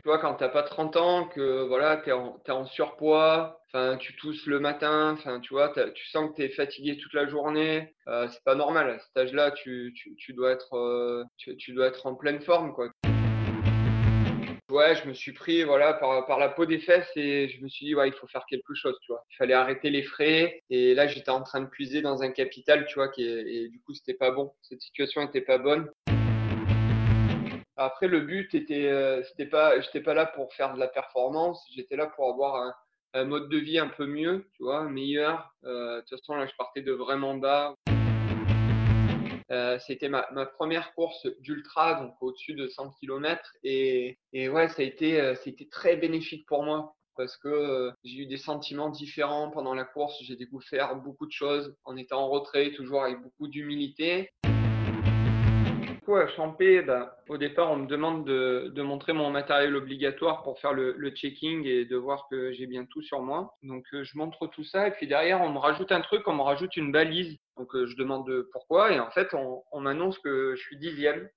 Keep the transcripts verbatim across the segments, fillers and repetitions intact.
Tu vois, quand tu as pas trente ans, que voilà, tu es en, t'es en surpoids, enfin, tu tousses le matin, enfin, tu vois, t'as- tu sens que tu es fatigué toute la journée, euh, c'est pas normal. À cet âge-là, tu, tu, tu dois être, euh, tu, tu dois être en pleine forme, quoi. Ouais, je me suis pris voilà par, par la peau des fesses et je me suis dit ouais, il faut faire quelque chose, tu vois. Il fallait arrêter les frais et là j'étais en train de puiser dans un capital, tu vois, qui est, et du coup c'était pas bon. Cette situation était pas bonne. Après le but était, euh, c'était pas, j'étais pas là pour faire de la performance, j'étais là pour avoir un, un mode de vie un peu mieux, tu vois, meilleur. Euh, de toute façon là je partais de vraiment bas. Euh, c'était ma, ma première course d'ultra, donc au-dessus de cent kilomètres. Et, et ouais, ça a été, euh, c'était très bénéfique pour moi parce que euh, j'ai eu des sentiments différents pendant la course. J'ai découvert beaucoup de choses en étant en retrait, toujours avec beaucoup d'humilité. Du coup, à Champé, ben, au départ, on me demande de, de montrer mon matériel obligatoire pour faire le, le checking et de voir que j'ai bien tout sur moi. Donc, euh, je montre tout ça. Et puis derrière, on me rajoute un truc, on me rajoute une balise. Donc, euh, je demande pourquoi. Et en fait, on, on m'annonce que je suis dixième.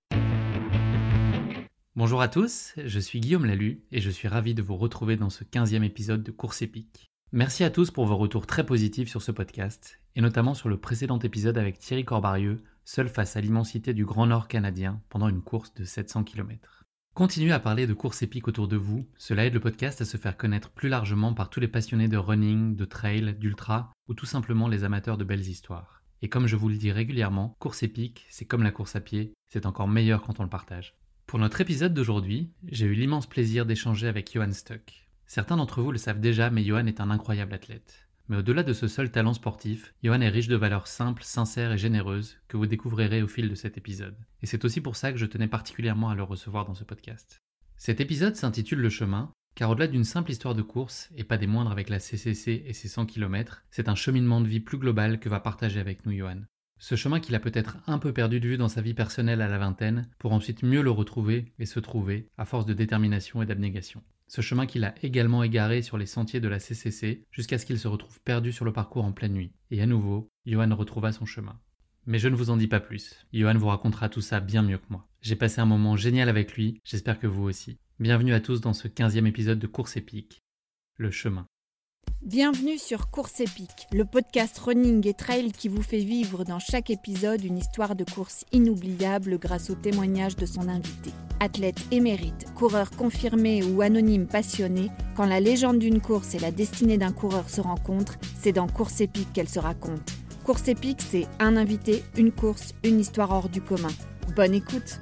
Bonjour à tous, je suis Guillaume Lalu et je suis ravi de vous retrouver dans ce quinzième épisode de Course épique. Merci à tous pour vos retours très positifs sur ce podcast, et notamment sur le précédent épisode avec Thierry Corbarieux, seul face à l'immensité du Grand Nord canadien pendant une course de sept cents kilomètres. Continuez à parler de course épique autour de vous, cela aide le podcast à se faire connaître plus largement par tous les passionnés de running, de trail, d'ultra, ou tout simplement les amateurs de belles histoires. Et comme je vous le dis régulièrement, course épique, c'est comme la course à pied, c'est encore meilleur quand on le partage. Pour notre épisode d'aujourd'hui, j'ai eu l'immense plaisir d'échanger avec Johan Stuck. Certains d'entre vous le savent déjà, mais Johan est un incroyable athlète. Mais au-delà de ce seul talent sportif, Johan est riche de valeurs simples, sincères et généreuses que vous découvrirez au fil de cet épisode. Et c'est aussi pour ça que je tenais particulièrement à le recevoir dans ce podcast. Cet épisode s'intitule Le chemin, car au-delà d'une simple histoire de course, et pas des moindres avec la C C C et ses cent kilomètres, c'est un cheminement de vie plus global que va partager avec nous Johan. Ce chemin qu'il a peut-être un peu perdu de vue dans sa vie personnelle à la vingtaine, pour ensuite mieux le retrouver et se trouver, à force de détermination et d'abnégation. Ce chemin qu'il a également égaré sur les sentiers de la C C C, jusqu'à ce qu'il se retrouve perdu sur le parcours en pleine nuit. Et à nouveau, Johan retrouva son chemin. Mais je ne vous en dis pas plus, Johan vous racontera tout ça bien mieux que moi. J'ai passé un moment génial avec lui, j'espère que vous aussi. Bienvenue à tous dans ce quinzième épisode de Course épique, le chemin. Bienvenue sur Course épique, le podcast running et trail qui vous fait vivre dans chaque épisode une histoire de course inoubliable grâce au témoignage de son invité. Athlète émérite, coureur confirmé ou anonyme passionné, quand la légende d'une course et la destinée d'un coureur se rencontrent, c'est dans Course épique qu'elle se raconte. Course épique, c'est un invité, une course, une histoire hors du commun. Bonne écoute!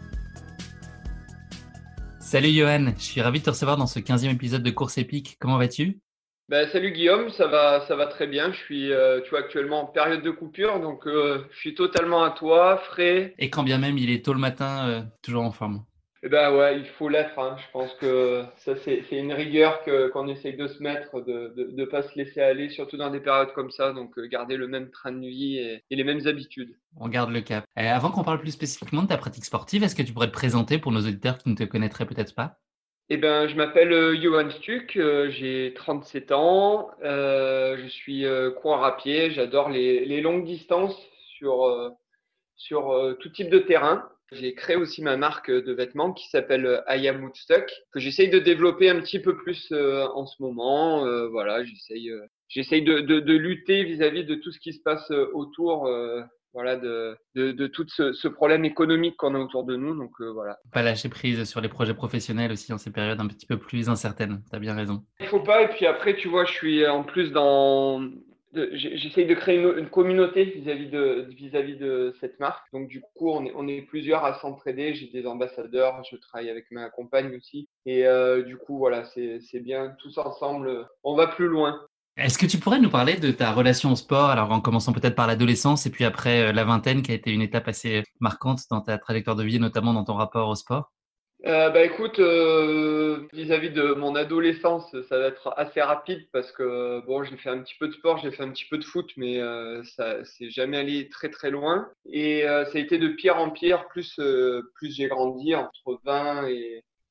Salut Johan, je suis ravi de te recevoir dans ce quinzième épisode de Course épique. Comment vas-tu ? Ben, salut Guillaume, ça va, ça va très bien. Je suis, euh, tu vois, actuellement en période de coupure, donc euh, je suis totalement à toi, frais. Et quand bien même il est tôt le matin, euh, toujours en forme. Eh ben ouais, il faut l'être, hein. Je pense que ça c'est c'est une rigueur que qu'on essaye de se mettre, de de de pas se laisser aller, surtout dans des périodes comme ça. Donc euh, garder le même train de vie et, et les mêmes habitudes. On garde le cap. Euh, avant qu'on parle plus spécifiquement de ta pratique sportive, est-ce que tu pourrais te présenter pour nos auditeurs qui ne te connaîtraient peut-être pas ? Eh ben, je m'appelle euh, Johan Stuck, euh, j'ai trente-sept ans, euh, je suis euh, coureur à pied, j'adore les les longues distances sur euh, sur euh, tout type de terrain. J'ai créé aussi ma marque de vêtements qui s'appelle euh, I Am Woodstock, que j'essaye de développer un petit peu plus euh, en ce moment. Euh, voilà, j'essaye, euh, j'essaye de, de, de lutter vis-à-vis de tout ce qui se passe euh, autour, euh, voilà, de, de, de tout ce, ce problème économique qu'on a autour de nous. Donc euh, voilà. Pas lâcher prise sur les projets professionnels aussi dans ces périodes un petit peu plus incertaines. T'as bien raison. Il faut pas. Et puis après, tu vois, je suis en plus dans de- j'ai- j'essaye de créer une, une communauté vis-à-vis de, vis-à-vis de cette marque. Donc, du coup, on est, on est plusieurs à s'entraider. J'ai des ambassadeurs, je travaille avec ma compagne aussi. Et euh, du coup, voilà, c'est, c'est bien. Tous ensemble, on va plus loin. Est-ce que tu pourrais nous parler de ta relation au sport, alors en commençant peut-être par l'adolescence et puis après euh, la vingtaine qui a été une étape assez marquante dans ta trajectoire de vie et notamment dans ton rapport au sport ? Euh, bah écoute, euh, vis-à-vis de mon adolescence, ça va être assez rapide parce que bon, j'ai fait un petit peu de sport, j'ai fait un petit peu de foot, mais euh, ça c'est jamais allé très très loin. Et euh, ça a été de pire en pire, plus euh, plus j'ai grandi entre vingt et,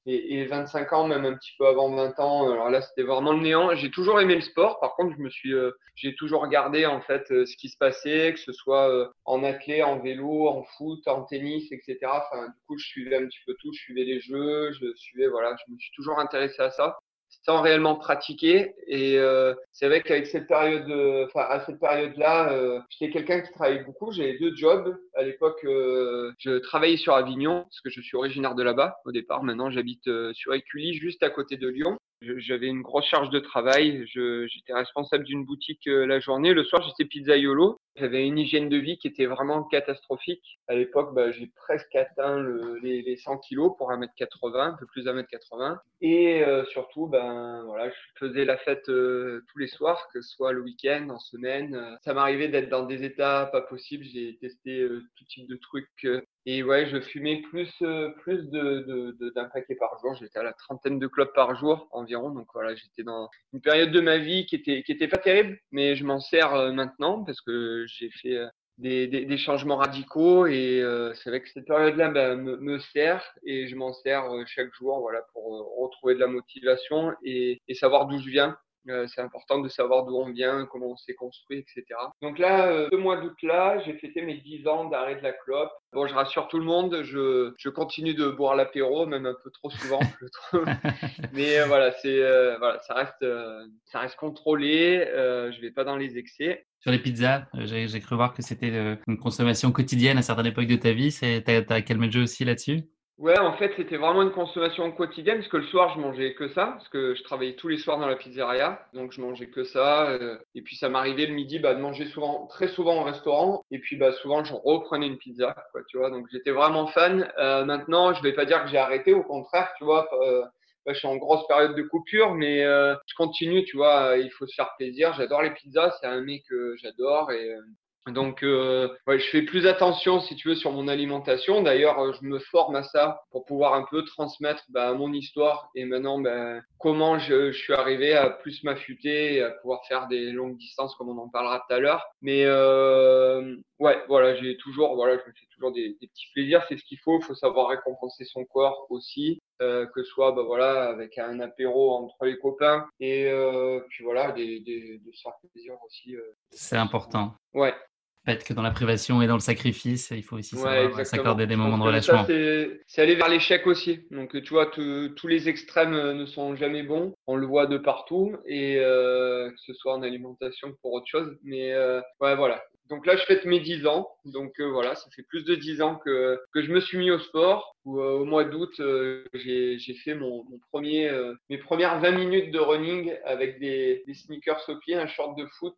et, et vingt-cinq ans, même un petit peu avant vingt ans. Alors là, c'était vraiment le néant. J'ai toujours aimé le sport. Par contre, je me suis, euh, j'ai toujours regardé en fait euh, ce qui se passait, que ce soit euh, en athlé, en vélo, en foot, en tennis, et cetera. Enfin, du coup, je suivais un petit peu tout. Je suivais les jeux, je suivais, voilà, je me suis toujours intéressé à ça sans réellement pratiquer. Et euh, c'est vrai qu'avec cette période, euh, enfin à cette période-là, euh, j'étais quelqu'un qui travaillait beaucoup. J'avais deux jobs. À l'époque, euh, je travaillais sur Avignon parce que je suis originaire de là-bas au départ. Maintenant, j'habite euh, sur Écully, juste à côté de Lyon. Je- J'avais une grosse charge de travail. Je, j'étais responsable d'une boutique euh, la journée. Le soir, j'étais pizzaïolo. J'avais une hygiène de vie qui était vraiment catastrophique. À l'époque, bah, j'ai presque atteint le, les, les cent kilos pour un mètre quatre-vingts, un peu plus d'un mètre quatre-vingts. Et euh, surtout, ben voilà, je faisais la fête euh, tous les soirs, que ce soit le week-end, en semaine. Euh, Ça m'arrivait d'être dans des états pas possibles. J'ai testé euh, tout type de trucs. euh, et ouais, je fumais plus, euh, plus de, de, de- d'un paquet par jour. J'étais à la trentaine de clopes par jour environ. Donc voilà, j'étais dans une période de ma vie qui était, qui était pas terrible, mais je m'en sers euh, maintenant parce que j'ai fait euh, des, des, des changements radicaux et euh, c'est vrai que cette période-là ben, me, me sert et je m'en sers euh, chaque jour voilà, pour euh, retrouver de la motivation et, et savoir d'où je viens. Euh, c'est important de savoir d'où on vient, comment on s'est construit, et cetera. Donc là, euh, ce mois d'août-là, j'ai fêté mes dix ans d'arrêt de la clope. Bon, je rassure tout le monde, je, je continue de boire l'apéro, même un peu trop souvent, je trouve. Mais euh, voilà, c'est euh, voilà, ça reste euh, ça reste contrôlé. Euh, je vais pas dans les excès. Sur les pizzas, euh, j'ai, j'ai cru voir que c'était euh, une consommation quotidienne à certaines époques de ta vie. C'est, t'as, t'as calmé le jeu aussi là-dessus? Ouais, en fait, c'était vraiment une consommation quotidienne parce que le soir, je mangeais que ça parce que je travaillais tous les soirs dans la pizzeria, donc je mangeais que ça. euh, et puis ça m'arrivait le midi, bah, de manger souvent, très souvent au restaurant. Et puis bah souvent, je reprenais une pizza, quoi, tu vois. Donc j'étais vraiment fan. Euh, maintenant, je vais pas dire que j'ai arrêté, au contraire, tu vois. euh, Là, je suis en grosse période de coupure, mais euh, je continue, tu vois. Il faut se faire plaisir. J'adore les pizzas, c'est un mets que j'adore et euh, donc, euh, ouais, je fais plus attention, si tu veux, sur mon alimentation. D'ailleurs, euh, je me forme à ça pour pouvoir un peu transmettre bah, mon histoire et maintenant bah, comment je, je suis arrivé à plus m'affûter et à pouvoir faire des longues distances, comme on en parlera tout à l'heure. Mais euh, ouais, voilà, j'ai toujours, voilà, je me fais toujours des, des petits plaisirs. C'est ce qu'il faut. Il faut savoir récompenser son corps aussi. Euh, que ce soit bah, voilà, avec un apéro entre les copains et euh, puis voilà, des, des, de se faire plaisir aussi. Euh, C'est important. ouais. Pas être que dans la privation et dans le sacrifice, il faut aussi Ouais, savoir euh, s'accorder exactement. des Je moments pense de que ça, relâchement. c'est, c'est aller vers l'échec aussi. Donc, tu vois, tu- tous les extrêmes euh, ne sont jamais bons. On le voit de partout, et euh, que ce soit en alimentation pour autre chose. Mais euh, ouais, voilà. Donc là, je fête mes dix ans. Donc euh, voilà, ça fait plus de dix ans que, que je me suis mis au sport. Où, euh, au mois d'août, euh, j'ai, j'ai fait mon, mon premier, euh, mes premières vingt minutes de running avec des, des sneakers au pied, un short de foot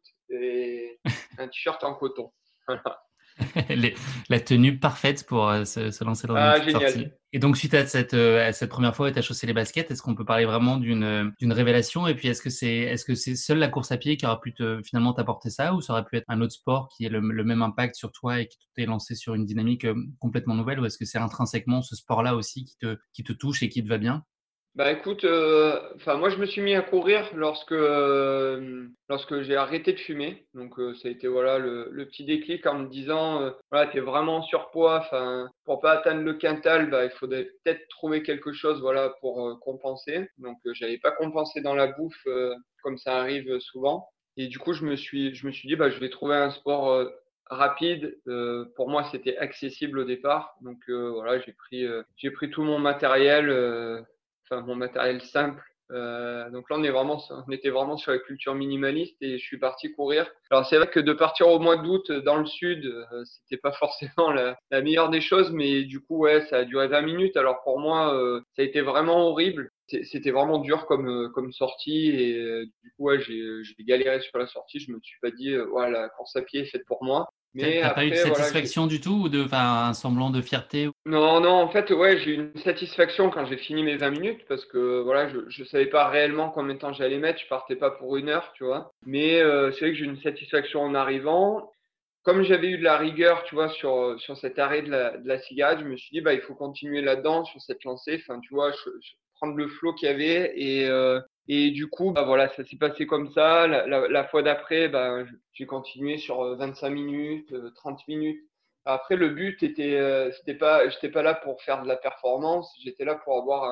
et un t-shirt en coton. Voilà. Les- la tenue parfaite pour euh, se, se lancer dans une Ah, petite génial. sortie. Et donc, suite à cette, euh, à cette première fois où tu as chaussé les baskets, est-ce qu'on peut parler vraiment d'une, euh, d'une révélation? Et puis, est-ce que c'est, est-ce que c'est seule la course à pied qui aura pu te, finalement t'apporter ça, ou ça aurait pu être un autre sport qui ait le, le même impact sur toi et qui t'ait lancé sur une dynamique euh, complètement nouvelle, ou est-ce que c'est intrinsèquement ce sport-là aussi qui te, qui te touche et qui te va bien? Bah écoute, euh, enfin moi je me suis mis à courir lorsque euh, lorsque j'ai arrêté de fumer. Donc euh, ça a été voilà le, le petit déclic en me disant euh, voilà t'es vraiment en surpoids. Enfin pour pas atteindre le quintal, bah il faudrait peut-être trouver quelque chose voilà pour euh, compenser. Donc euh, j'avais pas compensé dans la bouffe euh, comme ça arrive souvent. Et du coup je me suis je me suis dit bah je vais trouver un sport euh, rapide. Euh, pour moi c'était accessible au départ. Donc euh, voilà j'ai pris euh, j'ai pris tout mon matériel. euh, enfin mon matériel simple. Euh, donc là, on est vraiment, on était vraiment sur la culture minimaliste et je suis parti courir. Alors c'est vrai que de partir au mois d'août dans le sud, euh, c'était pas forcément la, la meilleure des choses, mais du coup ouais, ça a duré vingt minutes. Alors pour moi, euh, ça a été vraiment horrible. C'était vraiment dur comme euh, comme sortie et euh, du coup ouais, j'ai j'ai galéré sur la sortie. Je me suis pas dit euh, ouais, la course à pied est faite pour moi. T'as Mais t'as pas eu de après voilà, j'ai satisfaction du tout, ou de, enfin, un semblant de fierté? non, non, en fait, ouais, j'ai eu une satisfaction quand j'ai fini mes vingt minutes parce que voilà, je je savais pas réellement combien de temps j'allais mettre, je partais pas pour une heure, tu vois. Mais euh, c'est vrai que j'ai eu une satisfaction en arrivant. Comme j'avais eu de la rigueur, tu vois, sur sur cet arrêt de la de la cigarette, je me suis dit bah il faut continuer là-dedans sur cette lancée, enfin tu vois, je, je- prendre le flow qu'il y avait et euh, et du coup bah voilà, ça s'est passé comme ça. La, la, la fois d'après, bah j'ai continué sur euh, vingt-cinq minutes, euh, trente minutes. Après, le but était, euh, c'était pas, j'étais pas là pour faire de la performance, j'étais là pour avoir un,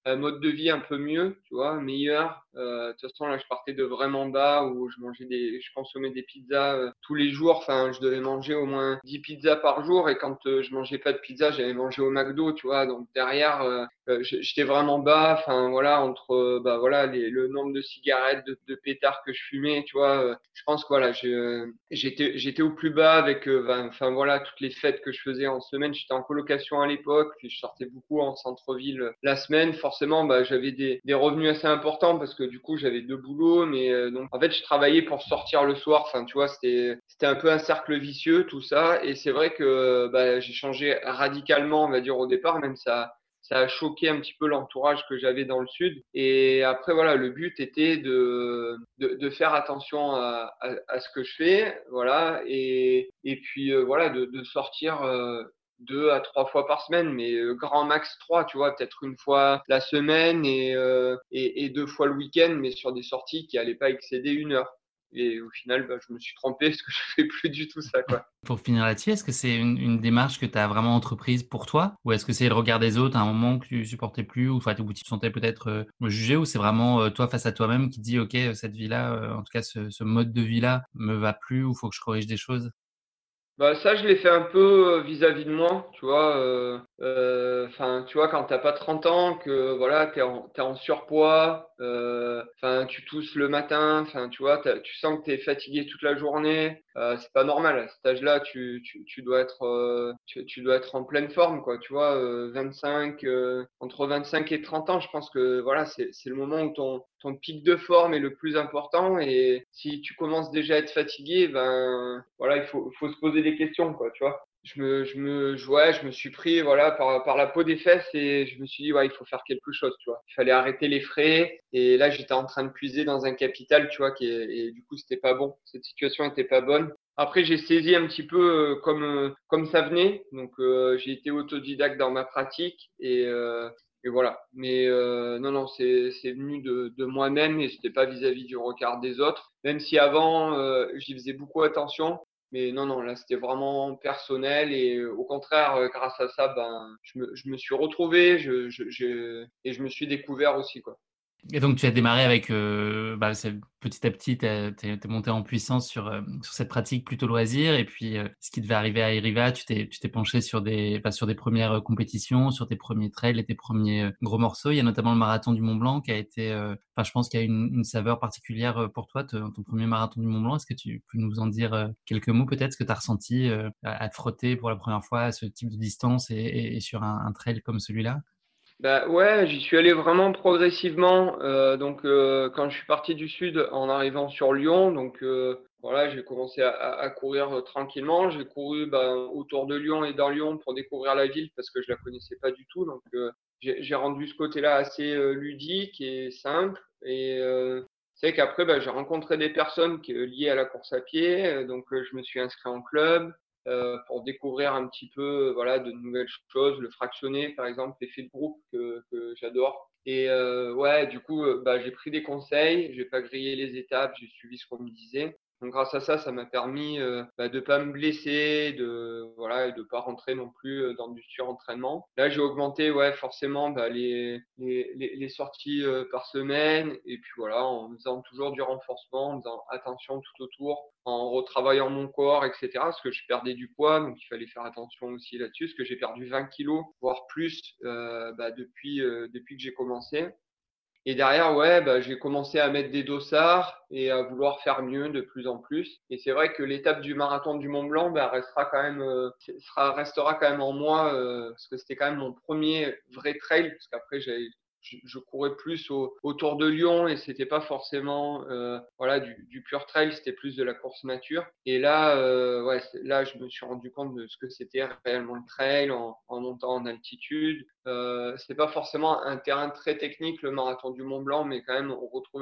un mode de vie un peu mieux, tu vois, meilleur. Euh, de toute façon, là, je partais de vraiment bas où je mangeais des, je consommais des pizzas euh, tous les jours. Enfin, je devais manger au moins dix pizzas par jour. Et quand euh, je mangeais pas de pizza, j'allais manger au McDo, tu vois. Donc derrière, euh, euh, j'étais vraiment bas. Enfin, voilà, entre, euh, bah voilà, les, le nombre de cigarettes, de, de pétards que je fumais, tu vois. Euh, je pense que voilà, je, j'étais, j'étais au plus bas avec, euh, ben, enfin voilà, toutes les fêtes que je faisais en semaine. J'étais en colocation à l'époque, puis je sortais beaucoup en centre-ville euh, la semaine. Forcément, bah, j'avais des, des revenus assez importants parce que du coup, j'avais deux boulots. Mais euh, donc, en fait, je travaillais pour sortir le soir. Enfin, tu vois, c'était, c'était un peu un cercle vicieux, tout ça. Et c'est vrai que bah, j'ai changé radicalement, on va dire, au départ, même ça ça a choqué un petit peu l'entourage que j'avais dans le sud. Et après, voilà, le but était de, de, de faire attention à, à, à ce que je fais, voilà, et, et puis euh, voilà, de, de sortir euh, deux à trois fois par semaine, mais euh, grand max trois, tu vois, peut-être une fois la semaine et, euh, et, et deux fois le week-end, mais sur des sorties qui allaient pas excéder une heure. Et au final, bah, je me suis trompé parce que je fais plus du tout ça, quoi. Pour finir là-dessus, est-ce que c'est une, une démarche que tu as vraiment entreprise pour toi? Ou est-ce que c'est le regard des autres à un moment que tu supportais plus ou, enfin, où tu te sentais peut-être euh, jugé, ou c'est vraiment euh, toi face à toi-même qui te dis, OK, euh, cette vie-là, euh, en tout cas ce, ce mode de vie-là me va plus, ou faut que je corrige des choses? Bah ça, je l'ai fait un peu euh, vis-à-vis de moi, tu vois. euh, euh, Enfin, tu vois, quand t'as pas trente ans, que voilà, t'es en, t'es en surpoids, euh, enfin, tu tousses le matin, enfin, tu vois, t'as- tu sens que t'es fatigué toute la journée. Euh, c'est pas normal. À cet âge-là, tu, tu, tu dois être, euh, tu, tu dois être en pleine forme, quoi. Tu vois, euh, vingt-cinq, euh, entre vingt-cinq et trente ans, je pense que voilà, c'est, c'est le moment où ton, ton pic de forme est le plus important. Et si tu commences déjà à être fatigué, ben voilà, il faut, il faut se poser des questions, quoi, tu vois. Je me, je me, je- ouais, je me suis pris, voilà, par, par la peau des fesses et je me suis dit, ouais, il faut faire quelque chose, tu vois. Il fallait arrêter les frais et là, j'étais en train de puiser dans un capital, tu vois, qui est- et du coup, c'était pas bon. Cette situation était pas bonne. Après, j'ai saisi un petit peu euh, comme, euh, comme ça venait. Donc, euh, j'ai été autodidacte dans ma pratique et, euh, et voilà. Mais euh, non, non, c'est, c'est venu de, de moi-même et c'était pas vis-à-vis du regard des autres. Même si avant, euh, j'y faisais beaucoup attention. Mais non, non, là, c'était vraiment personnel et euh, au contraire, euh, grâce à ça, ben, je me, je me suis retrouvé je, je, je, et je me suis découvert aussi, quoi. Et donc tu as démarré avec, heu, bah, c'est petit à petit, tu es tu es monté en puissance sur, hem, sur cette pratique plutôt loisir, et puis, heu, ce qui devait arriver arriva, tu t'es tu t'es penché sur des, bah, sur des premières, heu, compétitions, sur tes premiers trails et tes premiers ers gros morceaux. Il y a notamment le marathon du Mont Blanc qui a été, heu, enfin je pense qu'il y a une une saveur particulière, heu, pour toi, te ton premier marathon du Mont Blanc. Est-ce que tu peux nous en dire, heu, quelques mots peut-être? Ce que tu as ressenti, heu, à à te frotter pour la première fois à ce type de distance et et et sur un un trail comme celui-là? Bah ouais, j'y suis allé vraiment progressivement. Euh, donc euh, quand je suis parti du sud en arrivant sur Lyon, donc euh, voilà, j'ai commencé à, à- à courir euh, tranquillement. J'ai couru ben, autour de Lyon et dans Lyon pour découvrir la ville parce que je la connaissais pas du tout. Donc euh, j'ai j'ai rendu ce côté-là assez euh, ludique et simple. Et euh, c'est qu'après, ben, j'ai rencontré des personnes qui, euh, liées à la course à pied. Euh, donc euh, je me suis inscrit en club euh, pour découvrir un petit peu euh, voilà de nouvelles choses, le fractionné par exemple, l'effet de groupe que, que j'adore. Et euh, ouais, du coup, euh, bah, j'ai pris des conseils, j'ai pas grillé les étapes, j'ai suivi ce qu'on me disait. Donc grâce à ça, ça m'a permis euh, bah, de pas me blesser, de voilà, et de pas rentrer non plus euh, dans du surentraînement. Là, j'ai augmenté ouais forcément bah, les, les, les, les sorties euh, par semaine et puis voilà, en faisant toujours du renforcement, en faisant attention tout autour, en retravaillant mon corps, et cetera. Parce que je perdais du poids, donc il fallait faire attention aussi là-dessus. Parce que j'ai perdu vingt kilos, voire plus, euh, bah, depuis euh, depuis que j'ai commencé. Et derrière, ouais, bah, j'ai commencé à mettre des dossards et à vouloir faire mieux de plus en plus. Et c'est vrai que l'étape du marathon du Mont Blanc, bah, restera quand même, euh, sera, restera quand même en moi, euh, parce que c'était quand même mon premier vrai trail, parce qu'après, j'avais, je, je courais plus au, autour de Lyon et c'était pas forcément, euh, voilà, du, du pur trail, c'était plus de la course nature. Et là, euh, ouais, là, je me suis rendu compte de ce que c'était réellement le trail en, en montant en altitude. Euh, c'est pas forcément un terrain très technique, le marathon du Mont Blanc, mais quand même, on retrouvait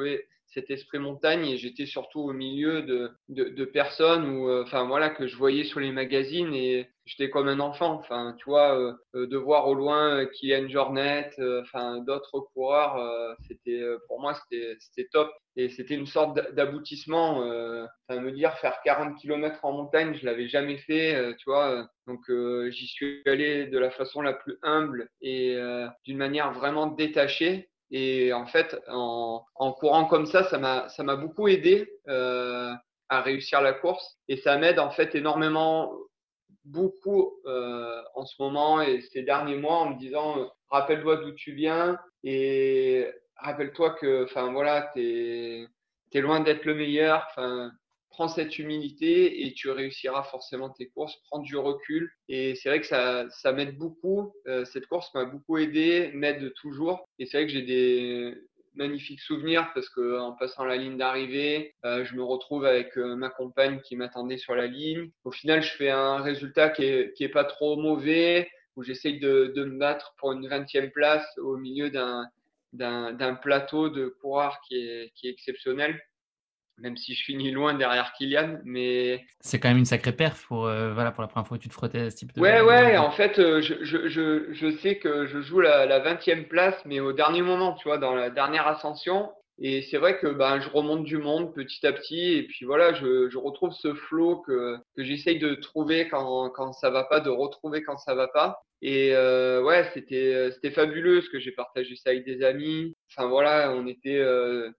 cet esprit montagne et j'étais surtout au milieu de, de, de personnes où, euh, enfin voilà, que je voyais sur les magazines et j'étais comme un enfant. Enfin, tu vois, euh, euh, de voir au loin euh, Kylian Jornet, euh, enfin d'autres coureurs, euh, c'était euh, pour moi c'était c'était top et c'était une sorte d'aboutissement. Euh, enfin, me dire faire quarante kilomètres en montagne, je l'avais jamais fait, euh, tu vois. euh, donc euh, j'y suis allé de la façon la plus humble et euh, d'une manière vraiment détachée. Et en fait, en, en courant comme ça, ça m'a ça m'a beaucoup aidé euh, à réussir la course et ça m'aide en fait énormément beaucoup euh, en ce moment et ces derniers mois en me disant euh, rappelle-toi d'où tu viens et rappelle-toi que enfin voilà t'es t'es loin d'être le meilleur, enfin prends cette humilité et tu réussiras forcément tes courses, prends du recul et c'est vrai que ça ça m'aide beaucoup. Euh, cette course m'a beaucoup aidé, m'aide toujours et c'est vrai que j'ai des magnifiques souvenirs parce que en passant la ligne d'arrivée, euh, je me retrouve avec euh, ma compagne qui m'attendait sur la ligne. Au final, je fais un résultat qui est qui est pas trop mauvais, où j'essaye de de me battre pour une vingtième place au milieu d'un d'un d'un plateau de coureurs qui est qui est exceptionnel. Même si je finis loin derrière Kylian, mais C'est quand même une sacrée perf pour, euh, voilà, pour la première fois que tu te frottais à ce type de, ouais, de ouais, revue. en fait, euh, je, je, je, je sais que je joue la, la vingtième place, mais au dernier moment, tu vois, dans la dernière ascension. Et c'est vrai que ben, je remonte du monde petit à petit. Et puis voilà, je, je retrouve ce flow que, que j'essaye de trouver quand, quand ça va pas, de retrouver quand ça va pas. Et euh, ouais, c'était, c'était fabuleux ce que j'ai partagé ça avec des amis. Enfin voilà, on était euh,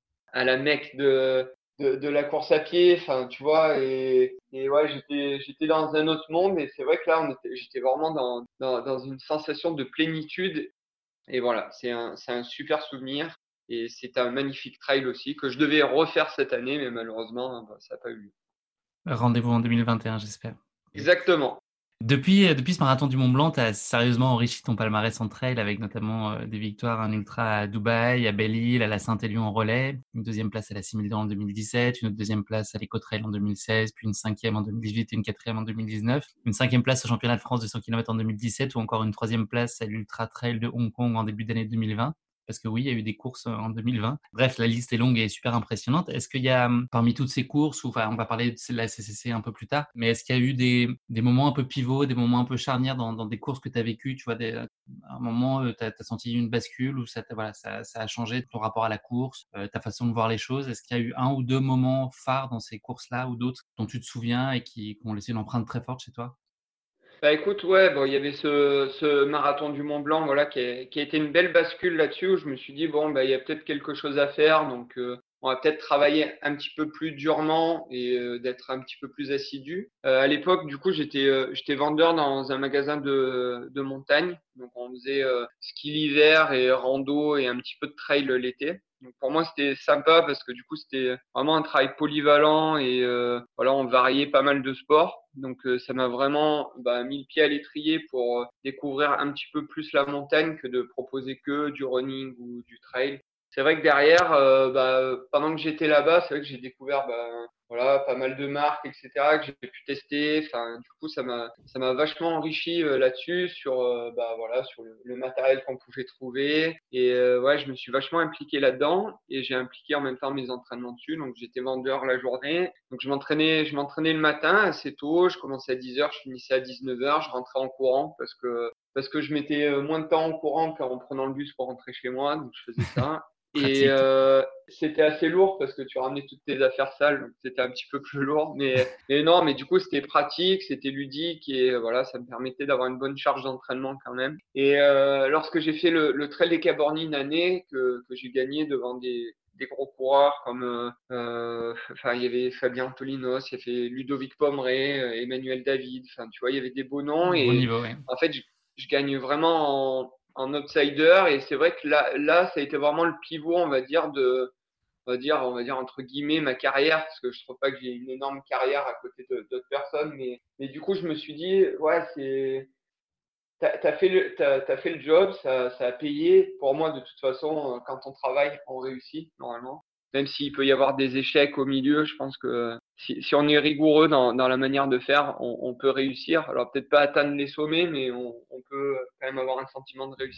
à la Mecque de, de, de la course à pied, enfin, tu vois, et, et ouais, j'étais, j'étais dans un autre monde, et c'est vrai que là, on était, j'étais vraiment dans, dans, dans une sensation de plénitude, et voilà, c'est un, c'est un super souvenir, et c'est un magnifique trail aussi, que je devais refaire cette année, mais malheureusement, bah, ça n'a pas eu lieu. Rendez-vous en deux mille vingt et un, j'espère. Exactement. Depuis, euh, depuis ce marathon du Mont Blanc, tu as sérieusement enrichi ton palmarès en trail avec notamment euh, des victoires en ultra à Dubaï, à Belle-Île, à la Saint-Élion en relais, une deuxième place à la six mille deux en deux mille dix-sept, une autre deuxième place à l'Eco-Trail en deux mille seize, puis une cinquième en deux mille dix-huit et une quatrième en deux mille dix-neuf, une cinquième place au championnat de France de cent kilomètres en deux mille dix-sept ou encore une troisième place à l'Ultra Trail de Hong Kong en début d'année deux mille vingt. Parce que oui, il y a eu des courses en deux mille vingt. Bref, la liste est longue et super impressionnante. Est-ce qu'il y a, parmi toutes ces courses, ou enfin, on va parler de la C C C un peu plus tard, mais est-ce qu'il y a eu des, des moments un peu pivots, des moments un peu charnières dans, dans des courses que tu as vécues, tu vois, des, à un moment, tu as senti une bascule ou ça, voilà, ça, ça a changé ton rapport à la course, euh, ta façon de voir les choses? Est-ce qu'il y a eu un ou deux moments phares dans ces courses-là ou d'autres dont tu te souviens et qui, qui ont laissé une empreinte très forte chez toi? Bah écoute, ouais, bon, il y avait ce, ce marathon du Mont Blanc, voilà, qui a, qui a été une belle bascule là-dessus, où je me suis dit, bon, bah, il y a peut-être quelque chose à faire, donc euh, on va peut-être travailler un petit peu plus durement et euh, d'être un petit peu plus assidu. Euh, à l'époque, du coup, j'étais euh, j'étais vendeur dans un magasin de, de montagne, donc on faisait euh, ski l'hiver et rando et un petit peu de trail l'été. Donc pour moi, c'était sympa parce que du coup, c'était vraiment un travail polyvalent et euh, voilà, on variait pas mal de sports. Donc euh, ça m'a vraiment bah, mis le pied à l'étrier pour euh, découvrir un petit peu plus la montagne que de proposer que du running ou du trail. C'est vrai que derrière, euh, bah, pendant que j'étais là-bas, c'est vrai que j'ai découvert bah, voilà, pas mal de marques, et cetera, que j'ai pu tester. Enfin, du coup, ça m'a, ça m'a vachement enrichi euh, là-dessus, sur, euh, bah, voilà, sur le, le matériel qu'on pouvait trouver. Et euh, ouais, je me suis vachement impliqué là-dedans et j'ai impliqué en même temps mes entraînements dessus. Donc, j'étais vendeur la journée. Donc, je m'entraînais, je m'entraînais le matin assez tôt. Je commençais à dix heures, je finissais à dix-neuf heures. Je rentrais en courant parce que parce que je mettais moins de temps en courant qu'en prenant le bus pour rentrer chez moi. Donc, je faisais ça. Et Pratique. euh, c'était assez lourd parce que tu ramenais toutes tes affaires sales, donc c'était un petit peu plus lourd. Mais, mais non, mais du coup, c'était pratique, c'était ludique et voilà, ça me permettait d'avoir une bonne charge d'entraînement quand même. Et euh, lorsque j'ai fait le, le Trail des Cabornes une année, que, que j'ai gagné devant des, des gros coureurs comme, euh, enfin, il y avait Fabien Antolinos, il y avait Ludovic Pomeray, Emmanuel David, enfin, tu vois, il y avait des beaux noms Bon et niveau, oui. en fait, je, je gagne vraiment en en outsider et c'est vrai que là là ça a été vraiment le pivot on va dire de on va dire on va dire entre guillemets ma carrière parce que je trouve pas que j'ai une énorme carrière à côté de, d'autres personnes mais mais du coup je me suis dit ouais c'est t'as, t'as fait le t'as, t'as fait le job ça ça a payé pour moi de toute façon quand on travaille on réussit normalement même s'il peut y avoir des échecs au milieu je pense que si, si on est rigoureux dans, dans la manière de faire on, on peut réussir alors peut-être pas atteindre les sommets mais on, on peut quand même avoir un sentiment de réussite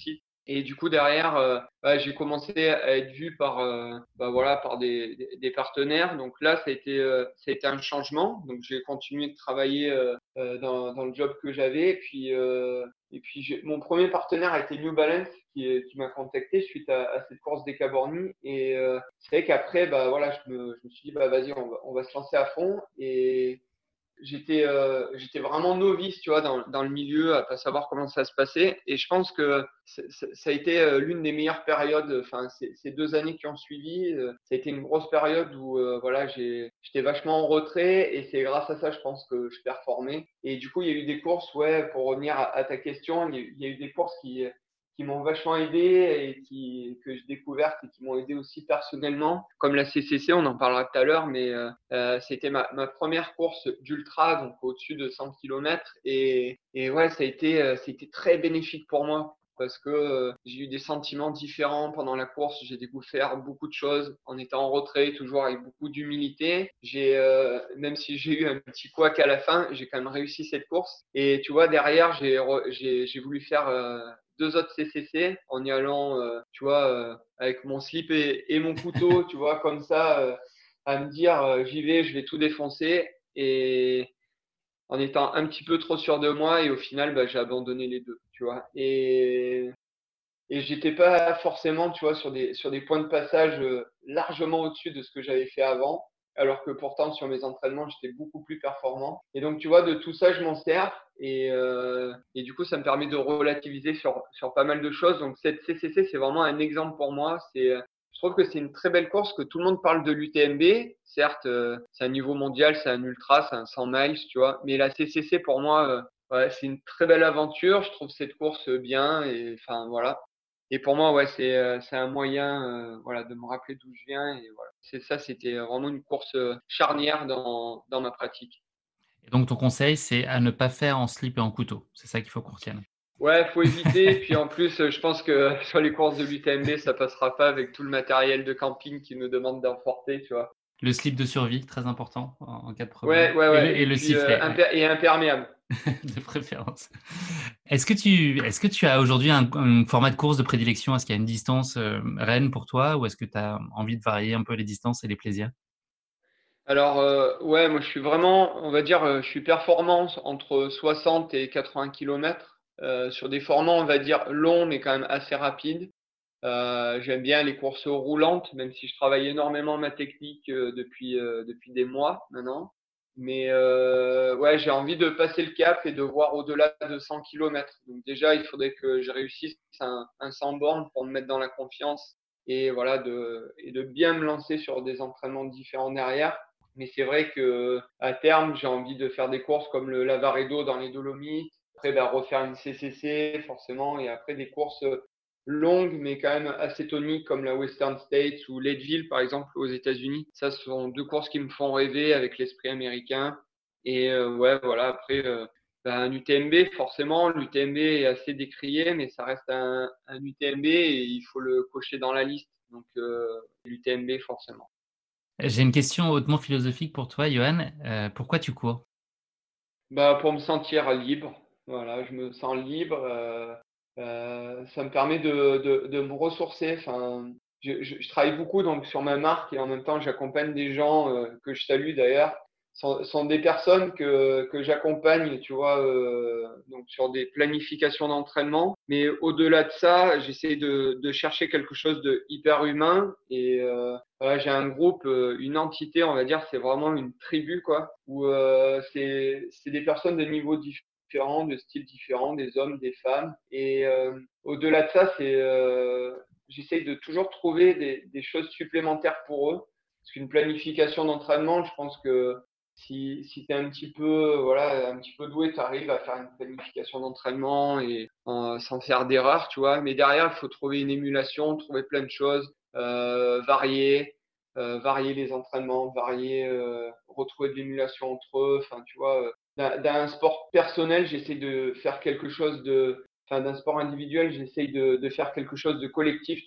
Et du coup, derrière, euh, bah, j'ai commencé à être vu par, euh, bah, voilà, par des, des, des partenaires. Donc là, ça a été, euh, ça a été un changement. Donc j'ai continué de travailler euh, euh, dans, dans le job que j'avais. Et puis, euh, et puis j'ai- mon premier partenaire a été New Balance qui, est- qui m'a contacté suite à, à cette course des Cabornis. Et euh, c'est vrai qu'après, bah, voilà, je me, je me suis dit, bah, vas-y, on va, on va se lancer à fond. Et, j'étais euh, j'étais vraiment novice, tu vois, dans, dans le milieu, à pas savoir comment ça se passait. Et je pense que c'est- c'est- ça a été euh, l'une des meilleures périodes. Enfin, ces, ces deux années qui ont suivi, euh, ça a été une grosse période où, euh, voilà, j'ai, j'étais vachement en retrait. Et c'est grâce à ça, je pense que je performais. Et du coup, il y a eu des courses, ouais, pour revenir à, à ta question, il y, a, eu il y a eu des courses qui qui m'ont vachement aidé et qui, que j'ai découvertes et qui m'ont aidé aussi personnellement, comme la C C C, on en parlera tout à l'heure, mais euh, euh, c'était ma, ma première course d'ultra, donc au-dessus de cent kilomètres. Et, et ouais, ça a été, euh, c'était très bénéfique pour moi parce que euh, j'ai eu des sentiments différents pendant la course. J'ai découvert beaucoup de choses en étant en retrait, toujours avec beaucoup d'humilité. J'ai, euh, même si j'ai eu un petit couac à la fin, j'ai quand même réussi cette course. Et tu vois, derrière, j'ai, j'ai, j'ai voulu faire euh, deux autres C C C en y allant, euh, tu vois, euh, avec mon slip et, et mon couteau, tu vois, comme ça. Euh, à me dire euh, j'y vais, je vais tout défoncer et en étant un petit peu trop sûr de moi et au final bah, j'ai abandonné les deux, tu vois. Et et j'étais pas forcément, tu vois, sur des sur des points de passage euh, largement au-dessus de ce que j'avais fait avant, alors que pourtant sur mes entraînements j'étais beaucoup plus performant. Et donc tu vois, de tout ça je m'en sers et euh, et du coup ça me permet de relativiser sur sur pas mal de choses. Donc cette C C C c'est vraiment un exemple pour moi. C'est Je trouve que c'est une très belle course, que tout le monde parle de l'U T M B. Certes, euh, c'est un niveau mondial, c'est un ultra, c'est un cent miles, tu vois. Mais la C C C, pour moi, euh, ouais, c'est une très belle aventure. Je trouve cette course bien. Et enfin, voilà. Et pour moi, ouais, c'est euh, c'est un moyen, euh, voilà, de me rappeler d'où je viens. Et voilà. C'est ça, c'était vraiment une course euh, charnière dans, dans ma pratique. Et donc ton conseil, c'est à ne pas faire en slip et en couteau. C'est ça qu'il faut qu'on retienne. Ouais, faut éviter. Puis en plus, euh, je pense que sur les courses de l'U T M B, ça passera pas avec tout le matériel de camping qui nous demande d'emporter, tu vois. Le slip de survie, très important en, en cas de Ouais, problème. ouais, Et le, ouais. et Et le puis euh, sifflet, imper- et imperméable. de préférence. Est-ce que tu, est-ce que tu as aujourd'hui un, un format de course de prédilection? Est-ce qu'il y a une distance euh, reine pour toi ou est-ce que tu as envie de varier un peu les distances et les plaisirs? Alors, euh, ouais, moi je suis vraiment, on va dire, euh, je suis performant entre soixante et quatre-vingts kilomètres euh, sur des formats, on va dire, longs mais quand même assez rapides. Euh, j'aime bien les courses roulantes, même si je travaille énormément ma technique euh, depuis, euh, depuis des mois maintenant. Mais euh, ouais, j'ai envie de passer le cap et de voir au-delà de cent kilomètres. Donc déjà, il faudrait que je réussisse un, un cent bornes pour me mettre dans la confiance et voilà de, et de bien me lancer sur des entraînements différents derrière. Mais c'est vrai que à terme, j'ai envie de faire des courses comme le Lavaredo dans les Dolomites. Après, bah, refaire une C C C forcément, et après des courses longues mais quand même assez toniques comme la Western States ou Leadville par exemple aux États-Unis. Ça, ce sont deux courses qui me font rêver avec l'esprit américain. Et euh, ouais, voilà. Après, euh, ben, un U T M B, forcément, l'U T M B est assez décrié, mais ça reste un, un U T M B et il faut le cocher dans la liste. Donc, euh, l'U T M B, forcément. J'ai une question hautement philosophique pour toi, Johan. Euh, pourquoi tu cours? Bah, pour me sentir libre. Voilà, je me sens libre. Euh, euh, ça me permet de, de, de me ressourcer. Enfin, je, je, je travaille beaucoup donc sur ma marque et en même temps j'accompagne des gens euh, que je salue d'ailleurs. Sont, sont des personnes que, que j'accompagne, tu vois, euh, donc sur des planifications d'entraînement. Mais au-delà de ça, j'essaie de, de chercher quelque chose de hyper humain. Et euh, voilà, j'ai un groupe, euh, une entité, on va dire, c'est vraiment une tribu, quoi, où euh, c'est c'est des personnes de niveaux différents, de styles différents, des hommes, des femmes. Et euh, au-delà de ça, c'est euh, j'essaie de toujours trouver des, des choses supplémentaires pour eux. Parce qu'une planification d'entraînement, je pense que si, si tu es un petit peu, voilà, un petit peu doué, tu arrives à faire une planification d'entraînement et euh, sans faire d'erreur, tu vois. Mais derrière, il faut trouver une émulation, trouver plein de choses, euh, varier, euh, varier les entraînements, varier, euh, retrouver de l'émulation entre eux. Enfin, tu vois, euh, d'un, d'un sport personnel, j'essaie de faire quelque chose de, enfin, d'un sport individuel, j'essaie de, de faire quelque chose de collectif, tu vois.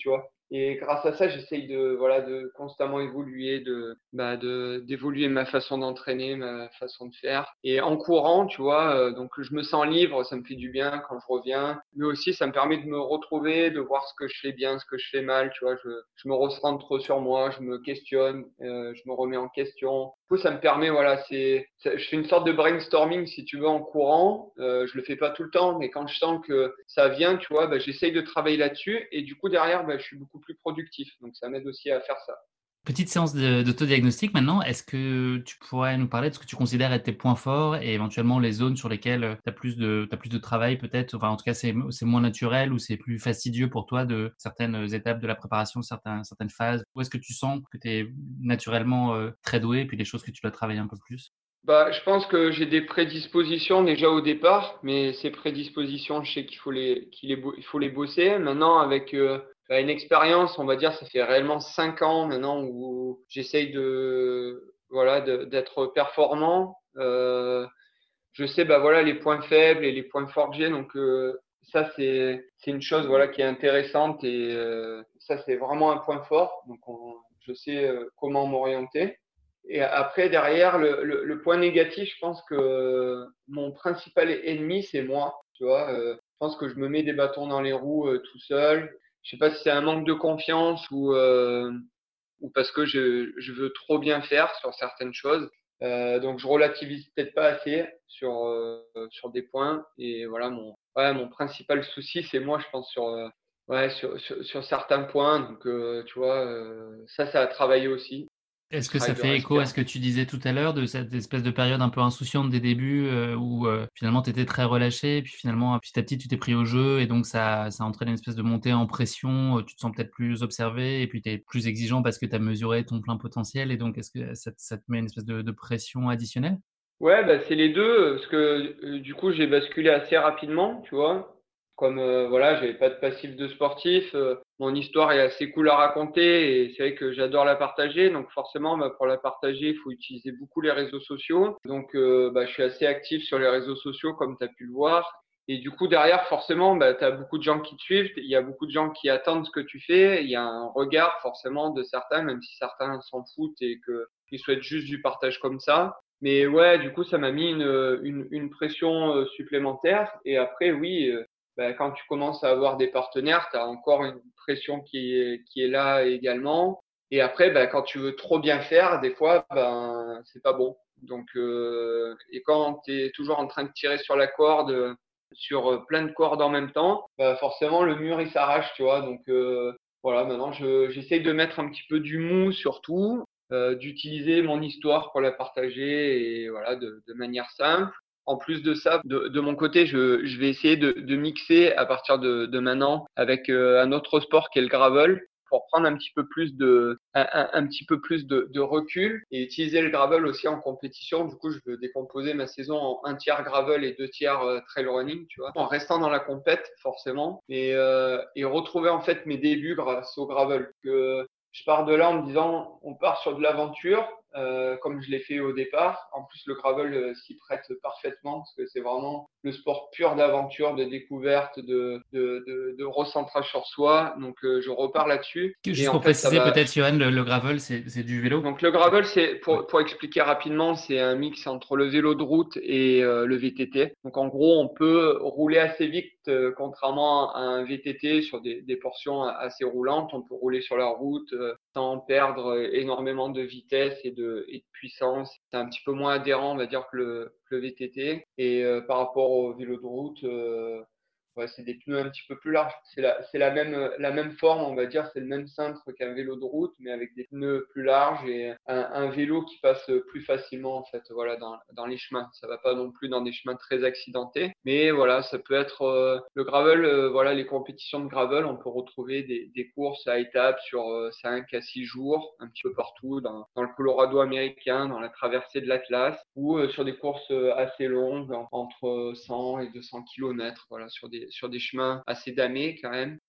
Et grâce à ça, j'essaye de, voilà, de constamment évoluer, de, bah, de, d'évoluer ma façon d'entraîner, ma façon de faire. Et en courant, tu vois, euh, donc je me sens libre, ça me fait du bien quand je reviens. Mais aussi, ça me permet de me retrouver, de voir ce que je fais bien, ce que je fais mal, tu vois. Je, je me recentre sur moi, je me questionne, euh, je me remets en question. Du coup, ça me permet, voilà, c'est, ça- je fais une sorte de brainstorming, si tu veux, en courant. Euh, je le fais pas tout le temps, mais quand je sens que ça vient, tu vois, bah, j'essaye de travailler là-dessus. Et du coup, derrière, bah, je suis beaucoup plus productif. Donc, ça m'aide aussi à faire ça. Petite séance de- d'autodiagnostic maintenant. Est-ce que tu pourrais nous parler de ce que tu considères être tes points forts et éventuellement les zones sur lesquelles tu as plus de, t'as plus de travail peut-être, enfin en tout cas c'est c'est moins naturel ou c'est plus fastidieux pour toi de certaines étapes de la préparation, certains, certaines phases? Où est-ce que tu sens que tu es naturellement euh, très doué et puis des choses que tu dois travailler un peu plus? Bah, je pense que j'ai des prédispositions déjà au départ, mais ces prédispositions, je sais qu'il faut les, qu'il est bo- il faut les bosser. Maintenant, avec euh, bah, une expérience, on va dire, ça fait réellement cinq ans maintenant où j'essaye de, voilà, de- d'être performant. Euh, je sais, bah voilà, les points faibles et les points forts que j'ai. Donc euh, ça, c'est, c'est une chose, voilà, qui est intéressante et euh, ça, c'est vraiment un point fort. Donc on- je sais euh, comment m'orienter. Et après, derrière, le, le, le point négatif, je pense que mon principal ennemi, c'est moi. Tu vois, euh, je pense que je me mets des bâtons dans les roues euh, tout seul. Je sais pas si c'est un manque de confiance ou, euh, ou parce que je, je veux trop bien faire sur certaines choses. Euh, donc, je relativise peut-être pas assez sur, euh, sur des points. Et voilà, mon, ouais, mon principal souci, c'est moi, je pense, sur, euh, ouais, sur, sur, sur certains points. Donc, euh, tu vois, euh, ça, ça a travaillé aussi. Est-ce Plus que ça travail de fait écho à ce respiration. que tu disais tout à l'heure de cette espèce de période un peu insouciante des débuts, heu, où, heu, finalement tu étais très relâché, puis finalement, petit à petit, tu t'es pris au jeu et donc ça ça a entraîné une espèce de montée en pression, heu, tu te sens peut-être plus observé et puis tu es plus exigeant parce que tu as mesuré ton plein potentiel et donc est-ce que ça te ça te met une espèce de de pression additionnelle? Ouais, bah, c'est les deux, parce que euh, du coup, j'ai basculé assez rapidement, tu vois. Comme euh, voilà, j'avais pas de passif de sportif, euh, mon histoire est assez cool à raconter et c'est vrai que j'adore la partager. Donc forcément, bah, pour la partager, il faut utiliser beaucoup les réseaux sociaux. Donc euh, bah, je suis assez actif sur les réseaux sociaux, comme tu as pu le voir. Et du coup, derrière, forcément, bah, tu as beaucoup de gens qui te suivent, il y a beaucoup de gens qui attendent ce que tu fais, il y a un regard forcément de certains, même si certains s'en foutent et que ils souhaitent juste du partage comme ça. Mais ouais, du coup, ça m'a mis une, une, une pression euh, supplémentaire. Et après, oui, euh, bah, quand tu commences à avoir des partenaires, tu as encore une pression qui est, qui est là également. Et après, bah, quand tu veux trop bien faire, des fois, ben, c'est pas bon. Donc, euh, et quand tu es toujours en train de tirer sur la corde, euh, sur euh, plein de cordes en même temps, bah, forcément, le mur, il s'arrache, tu vois. Donc, euh, voilà, maintenant, je, j'essaye de mettre un petit peu du mou sur tout, euh, d'utiliser mon histoire pour la partager et voilà de, de manière simple. En plus de ça, de, de mon côté, je, je vais essayer de, de mixer à partir de, de maintenant avec euh, un autre sport qui est le gravel pour prendre un petit peu plus de un, un, un petit peu plus de, de recul et utiliser le gravel aussi en compétition. Du coup, je veux décomposer ma saison en un tiers gravel et deux tiers euh, trail running, tu vois, en restant dans la compète forcément et, euh, et retrouver en fait mes débuts grâce au gravel. Que je pars de là en me disant, on part sur de l'aventure, euh, comme je l'ai fait au départ. En plus, le gravel euh, s'y prête parfaitement parce que c'est vraiment le sport pur d'aventure, de découverte, de, de, de, de recentrage sur soi. Donc, euh, je repars là-dessus. Que Et juste en pour fait, ça préciser va. peut-être Johan, le le gravel c'est c'est du vélo? Donc, le gravel, c'est Ouais. pour, pour expliquer rapidement, c'est un mix entre le vélo de route et euh, le V T T. Donc, en gros, on peut rouler assez vite, euh, contrairement à un V T T sur des, des portions assez roulantes. On peut rouler sur la route euh, sans perdre énormément de vitesse et de, et de puissance. C'est un petit peu moins adhérent, on va dire, que le, que le V T T. Et euh, par rapport au vélo de route, euh, ouais, c'est des pneus un petit peu plus larges. C'est la, c'est la même, la même forme, on va dire. C'est le même cintre qu'un vélo de route, mais avec des pneus plus larges et un, un vélo qui passe plus facilement, en fait, voilà, dans, dans les chemins. Ça va pas non plus dans des chemins très accidentés, mais voilà, ça peut être euh, le gravel, euh, voilà, les compétitions de gravel, on peut retrouver des, des courses à étapes sur euh, cinq à six jours, un petit peu partout, dans, dans le Colorado américain, dans la traversée de l'Atlas, ou euh, sur des courses euh, assez longues, en- entre cent et deux cents kilomètres, voilà, sur des, sur des chemins assez damés quand même.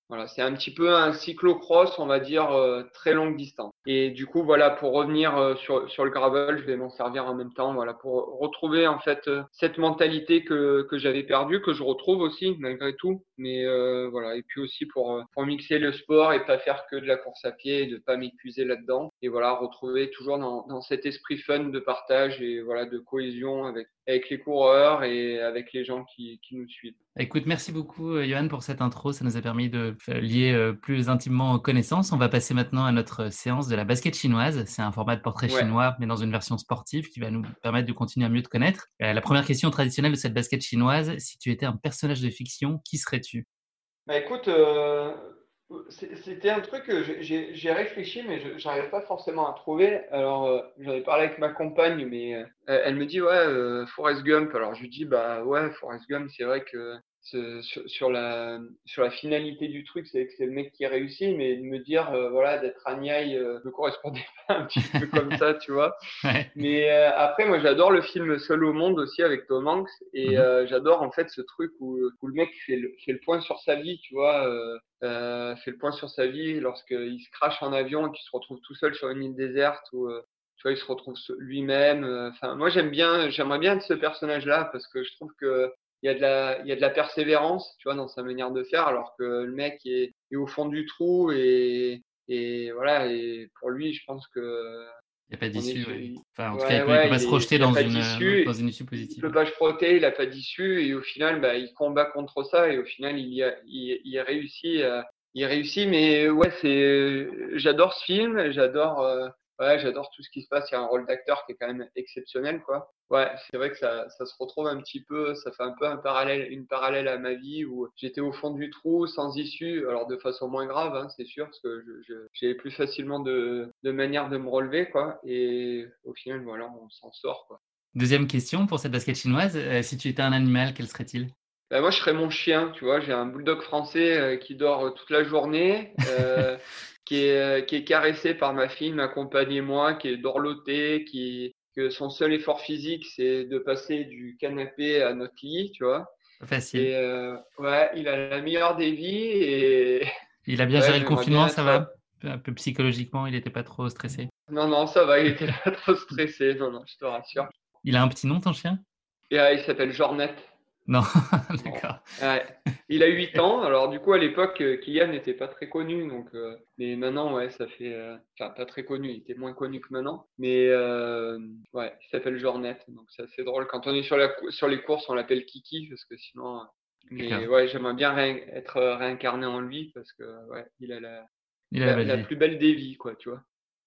Voilà, c'est un petit peu un cyclo-cross, on va dire, euh, très longue distance. Et du coup, voilà, pour revenir euh, sur, sur le gravel, je vais m'en servir en même temps, voilà, pour retrouver en fait euh, cette mentalité que, que j'avais perdue, que je retrouve aussi malgré tout. Mais euh, voilà, et puis aussi pour, euh, pour mixer le sport et pas faire que de la course à pied et de pas m'épuiser là-dedans. Et voilà, retrouver toujours dans, dans cet esprit fun de partage et voilà, de cohésion avec, avec les coureurs et avec les gens qui, qui nous suivent. Écoute, merci beaucoup, euh, Johan, pour cette intro. Ça nous a permis de euh, lier euh, plus intimement aux connaissances. On va passer maintenant à notre séance de la basket chinoise. C'est un format de portrait Ouais. chinois, mais dans une version sportive qui va nous permettre de continuer à mieux te connaître. Euh, la première question traditionnelle de cette basket chinoise, si tu étais un personnage de fiction, qui serais-tu? Bah écoute, euh, c'est- c'était un truc que j'ai j'ai- j'ai réfléchi, mais je n'arrive pas forcément à trouver. Alors, euh, j'en ai parlé avec ma compagne, mais euh, elle me dit, ouais, euh, Forrest Gump. Alors, je lui dis, bah ouais, Forrest Gump, c'est vrai que ce- sur, sur la, sur la finalité du truc, c'est que c'est le mec qui réussit, mais de me dire, euh, voilà, d'être Agnaï euh, me correspondait pas un petit peu comme ça, tu vois. Ouais. Mais euh, après, moi, j'adore le film Seul au monde aussi avec Tom Hanks et Mhm. euh, j'adore en fait ce truc où, où le mec fait le, fait le point sur sa vie, tu vois, euh, euh, fait le point sur sa vie lorsqu'il se crache en avion et qu'il se retrouve tout seul sur une île déserte où, euh, tu vois, il se retrouve se- lui-même. euh, Enfin, moi, j'aime bien, j'aimerais bien être ce personnage-là parce que je trouve que il y a de la, il y a de la persévérance, tu vois, dans sa manière de faire, alors que le mec est, est au fond du trou et et voilà. Et pour lui, je pense que Il n'y a pas on est d'issue, sur, ouais. il- Enfin, en tout cas, il ouais, peut, il peut ouais, pas il se est, projeter il a dans pas une, euh, dans d'issue, une issue il positive. peut pas se frotter, il a pas d'issue, et au final, bah, il combat contre ça, et au final, il y a, il, il réussit, euh, il réussit, mais ouais, c'est, j'adore ce film, j'adore, euh, ouais, j'adore tout ce qui se passe. Il y a un rôle d'acteur qui est quand même exceptionnel, quoi. Ouais, c'est vrai que ça, ça se retrouve un petit peu, ça fait un peu un parallèle, une parallèle à ma vie où j'étais au fond du trou, sans issue, alors de façon moins grave, hein, c'est sûr, parce que je, je, j'ai plus facilement de, de manière de me relever, quoi. Et au final, voilà, on s'en sort, quoi. Deuxième question pour cette basket chinoise. Euh, si tu étais un animal, quel serait-il? Bah, moi, je serais mon chien, tu vois. J'ai un bulldog français euh, qui dort euh, toute la journée, euh, qui est, euh, qui est caressé par ma fille, ma compagne et moi, qui est dorloté, qui, que son seul effort physique, c'est de passer du canapé à notre lit, tu vois. Facile. Et euh, ouais, il a la meilleure des vies et Il a bien ouais, géré le j'aimerais confinement, bien ça être. va? Un peu psychologiquement, il n'était pas trop stressé. Non, non, ça va, il était pas trop stressé. Non, non, je te rassure. Il a un petit nom, ton chien? Et euh, il s'appelle Jornet. Non, Bon. d'accord. Ouais. Il a huit ans. Alors, du coup, à l'époque, euh, Kylian n'était pas très connu. Donc, euh, mais maintenant, ouais, ça fait. euh, Enfin, pas très connu. Il était moins connu que maintenant. Mais euh, ouais, il s'appelle Jornet. Donc, c'est assez drôle. Quand on est sur, la, cou- sur les courses, on l'appelle Kiki. Parce que sinon. euh, Mais D'accord. ouais, j'aimerais bien réin- être euh, réincarné en lui. Parce que, ouais, il a la, Il a la la, belle la vie. plus belle des vies, quoi, tu vois.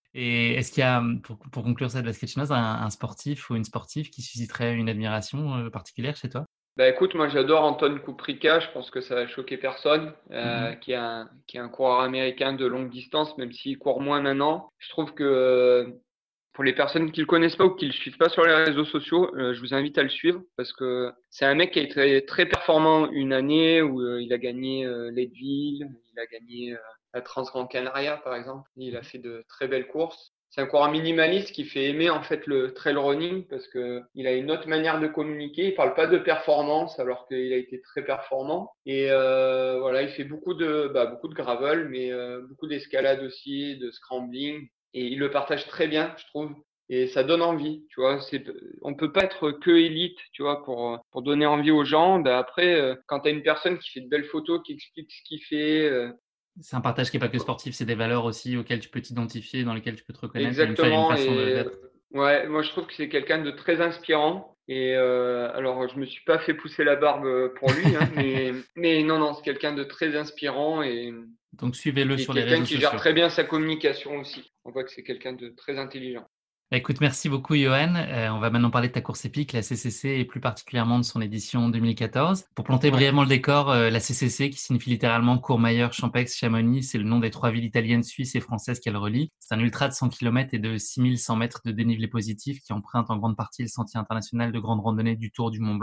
Et est-ce qu'il y a, pour, pour conclure cette basket chinoise, un, un sportif ou une sportive qui susciterait une admiration euh, particulière chez toi? Bah écoute, moi j'adore Anton Kuprika, je pense que ça va choquer personne, euh, Mhm. qui est un, qui est un coureur américain de longue distance, même s'il court moins maintenant. Je trouve que euh, pour les personnes qui le connaissent pas ou qui le suivent pas sur les réseaux sociaux, euh, je vous invite à le suivre parce que c'est un mec qui a été très, très performant une année où euh, il a gagné euh, Leadville, il a gagné euh, la Transgran Canaria par exemple. Il a fait de très belles courses. C'est un coureur minimaliste qui fait aimer en fait le trail running parce que il a une autre manière de communiquer. Il parle pas de performance alors qu'il a été très performant. Et euh, voilà, il fait beaucoup de bah, beaucoup de gravel, mais euh, beaucoup d'escalade aussi, de scrambling. Et il le partage très bien, je trouve. Et ça donne envie, tu vois. C'est, on peut pas être que élite, tu vois, pour pour donner envie aux gens. Ben après, euh, quand t'as une personne qui fait de belles photos, qui explique ce qu'il fait, euh, C'est un partage qui n'est pas que sportif, c'est des valeurs aussi auxquelles tu peux t'identifier, dans lesquelles tu peux te reconnaître. Il y a une, fa- une exactement. façon de- Et d'être. ouais, moi je trouve que c'est quelqu'un de très inspirant. Et euh, alors, je me suis pas fait pousser la barbe pour lui, hein, mais mais non, non, c'est quelqu'un de très inspirant et Donc suivez-le et sur les quelqu'un réseaux qui gère sociaux. très bien sa communication aussi. On voit que c'est quelqu'un de très intelligent. Bah, écoute, merci beaucoup, Johan. Euh, on va maintenant parler de ta course épique, la C C C, et plus particulièrement de son édition deux mille quatorze. Pour planter Ouais. brièvement le décor, euh, la C C C, qui signifie littéralement Courmayeur, Champeix, Chamonix, c'est le nom des trois villes italiennes, suisses et françaises qu'elle relie. C'est un ultra de cent kilomètres et de six mille cent mètres de dénivelé positif qui emprunte en grande partie le sentier international de grande randonnée du Tour du Mont Blanc.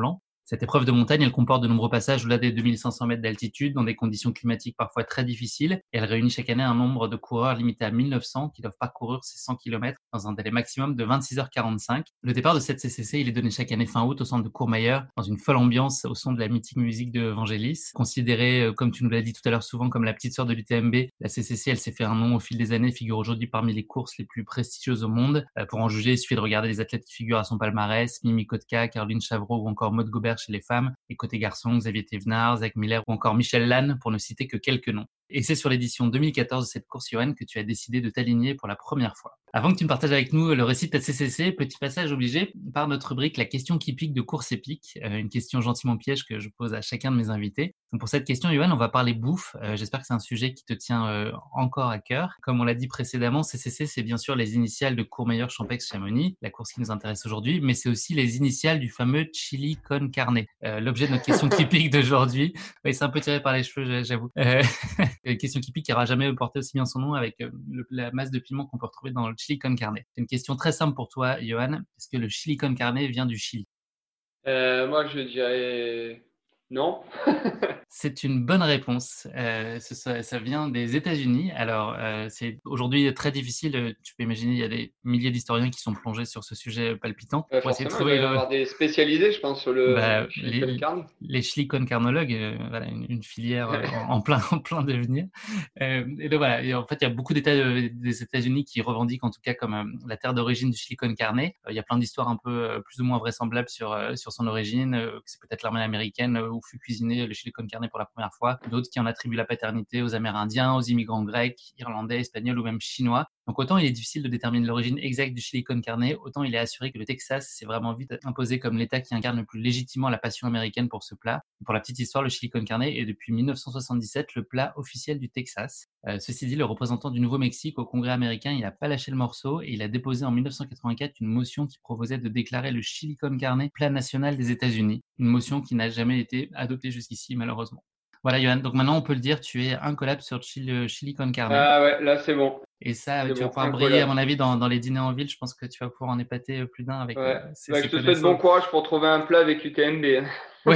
Cette épreuve de montagne, elle comporte de nombreux passages au-delà des deux mille cinq cents mètres d'altitude, dans des conditions climatiques parfois très difficiles. Et elle réunit chaque année un nombre de coureurs limité à mille neuf cents qui doivent parcourir ces cent kilomètres dans un délai maximum de vingt-six heures quarante-cinq. Le départ de cette C C C, il est donné chaque année fin août au centre de Courmayeur, dans une folle ambiance au son de la mythique musique de Vangelis. Considérée, comme tu nous l'as dit tout à l'heure souvent, comme la petite sœur de l'U T M B, la C C C, elle s'est fait un nom au fil des années, figure aujourd'hui parmi les courses les plus prestigieuses au monde. Euh, pour en juger, il suffit de regarder les athlètes qui figurent à son palmarès, Mimi Kotka, Caroline Chavreau ou encore Maud Gobert chez les femmes, et côté garçon, Xavier Thévenard, Zach Miller ou encore Michel Lannes, pour ne citer que quelques noms. Et c'est sur l'édition deux mille quatorze de cette course, Johan, que tu as décidé de t'aligner pour la première fois. Avant que tu me partages avec nous le récit de ta C C C, petit passage obligé par notre rubrique La question qui pique de course épique, euh, une question gentiment piège que je pose à chacun de mes invités. Donc pour cette question, Johan, on va parler bouffe. Euh, j'espère que c'est un sujet qui te tient euh, encore à cœur. Comme on l'a dit précédemment, C C C, c'est bien sûr les initiales de Courmayeur Champex Chamonix, la course qui nous intéresse aujourd'hui, mais c'est aussi les initiales du fameux chili con carne. Euh, l'objet de notre question qui pique d'aujourd'hui. Oui, c'est un peu tiré par les cheveux, j'avoue. Euh, question qui pique, qui n'aura jamais porté aussi bien son nom avec euh, le, la masse de piment qu'on peut retrouver dans le chili con carne. C'est une question très simple pour toi, Johan. Est-ce que le chili con carne vient du Chili? euh, Moi, je dirais non. C'est une bonne réponse. Euh, ça, ça vient des États-Unis. Alors, euh, c'est aujourd'hui très difficile. Tu peux imaginer, il y a des milliers d'historiens qui sont plongés sur ce sujet palpitant. Euh, pour essayer forcément, de il va y trouver le... avoir des spécialisés, je pense, sur le bah, chili les, con carne. Les chili con carnologues, euh, voilà, une, une filière euh, en, en, plein, en plein devenir. Euh, et donc voilà, et en fait, il y a beaucoup d'États euh, des États-Unis qui revendiquent en tout cas comme euh, la terre d'origine du chili con carne. Euh, il y a plein d'histoires un peu euh, plus ou moins vraisemblables sur, euh, sur son origine. Euh, c'est peut-être l'armée américaine euh, où fut cuisiné le chili con carne pour la première fois. D'autres qui en attribuent la paternité aux Amérindiens, aux immigrants grecs, irlandais, espagnols ou même chinois. Donc autant il est difficile de déterminer l'origine exacte du chili con carne, autant il est assuré que le Texas s'est vraiment vite imposé comme l'État qui incarne le plus légitimement la passion américaine pour ce plat. Pour la petite histoire, le chili con carne est depuis mille neuf cent soixante-dix-sept le plat officiel du Texas. Euh, ceci dit, le représentant du Nouveau-Mexique au Congrès américain, il n'a pas lâché le morceau et il a déposé en mille neuf cent quatre-vingt-quatre une motion qui proposait de déclarer le chili con carne plat national des États-Unis. Une motion qui n'a jamais été adoptée jusqu'ici, malheureusement. Voilà, Johan. Donc maintenant, on peut le dire, tu es incollable sur le chili con carne. Ah ouais, là, c'est bon. Et ça, c'est tu bon, vas pouvoir briller, à mon avis, dans, dans les dîners en ville. Je pense que tu vas pouvoir en épater plus d'un avec ouais. euh, ces, bah, ces Je te souhaite bon courage pour trouver un plat avec l'U T M B. Oui,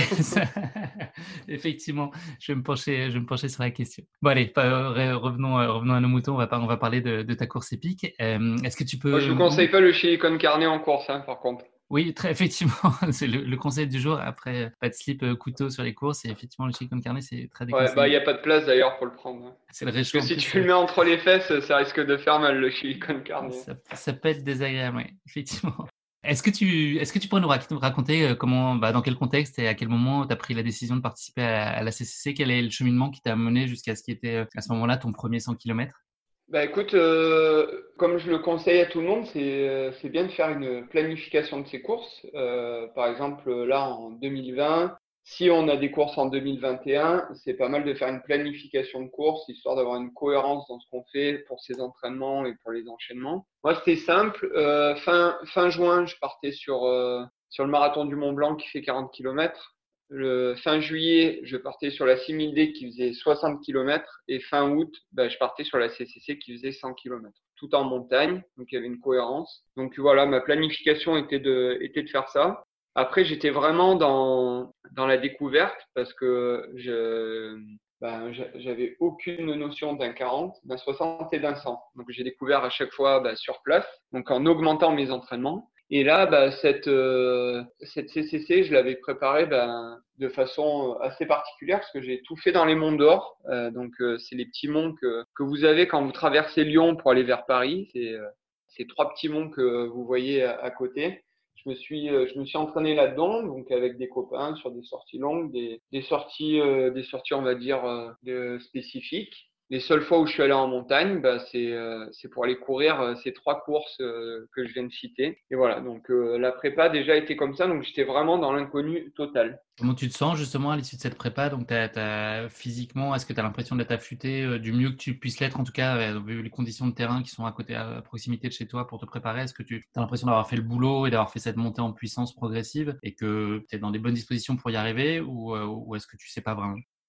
effectivement, je vais me pencher, je vais me pencher sur la question. Bon allez, revenons, revenons à nos moutons. On va, on va parler de, de ta course épique. Euh, est-ce que tu peux... Moi, je vous conseille pas le chili con carne en course, hein, par contre. Oui, très effectivement, c'est le, le conseil du jour. Après, pas de slip euh, couteau sur les courses. Et effectivement, le chili con carne, c'est très déconseillé. Ouais, bah, il n'y a pas de place d'ailleurs pour le prendre. Hein. C'est le réchaud. Parce que si tu le mets entre les fesses, ça risque de faire mal, le chili con carne. Ça, ça peut être désagréable, oui, effectivement. Est-ce que tu, est-ce que tu pourrais nous raconter comment, bah, dans quel contexte et à quel moment tu as pris la décision de participer à, à la C C C? Quel est le cheminement qui t'a mené jusqu'à ce qui était à ce moment-là ton premier cent kilomètres? Bah écoute, euh, comme je le conseille à tout le monde, c'est, euh, c'est bien de faire une planification de ses courses. Euh, par exemple, là en deux mille vingt, si on a des courses en deux mille vingt et un, c'est pas mal de faire une planification de course, histoire d'avoir une cohérence dans ce qu'on fait pour ses entraînements et pour les enchaînements. Moi, c'était simple. Euh, fin, fin juin, je partais sur, euh, sur le marathon du Mont Blanc qui fait quarante kilomètres. Le fin juillet, je partais sur la six mille D qui faisait soixante kilomètres et fin août, bah, je partais sur la C C C qui faisait cent kilomètres, tout en montagne, donc il y avait une cohérence. Donc voilà, ma planification était de, était de faire ça. Après, j'étais vraiment dans, dans la découverte parce que je, ben, j'avais aucune notion d'un quarante, d'un soixante et d'un cent. Donc j'ai découvert à chaque fois ben, sur place, donc en augmentant mes entraînements. Et là, bah, cette, euh, cette C C C, je l'avais préparée ben, de façon assez particulière parce que j'ai tout fait dans les monts d'Or. Euh, donc, euh, c'est les petits monts que, que vous avez quand vous traversez Lyon pour aller vers Paris. C'est euh, ces trois petits monts que vous voyez à, à côté. Je me suis, euh, je me suis entraîné là-dedans, donc avec des copains sur des sorties longues, des, des sorties, euh, des sorties, on va dire, euh, de, spécifiques. Les seules fois où je suis allé en montagne, bah, c'est, euh, c'est pour aller courir euh, ces trois courses euh, que je viens de citer. Et voilà, donc euh, la prépa a déjà été comme ça, donc j'étais vraiment dans l'inconnu total. Comment tu te sens justement à l'issue de cette prépa? Donc, t'as, t'as, physiquement, est-ce que tu as l'impression d'être affûté euh, du mieux que tu puisses l'être, en tout cas, euh, vu les conditions de terrain qui sont à côté, à proximité de chez toi pour te préparer? Est-ce que tu as l'impression d'avoir fait le boulot et d'avoir fait cette montée en puissance progressive et que tu es dans les bonnes dispositions pour y arriver ou, euh, ou est-ce que tu sais pas vraiment?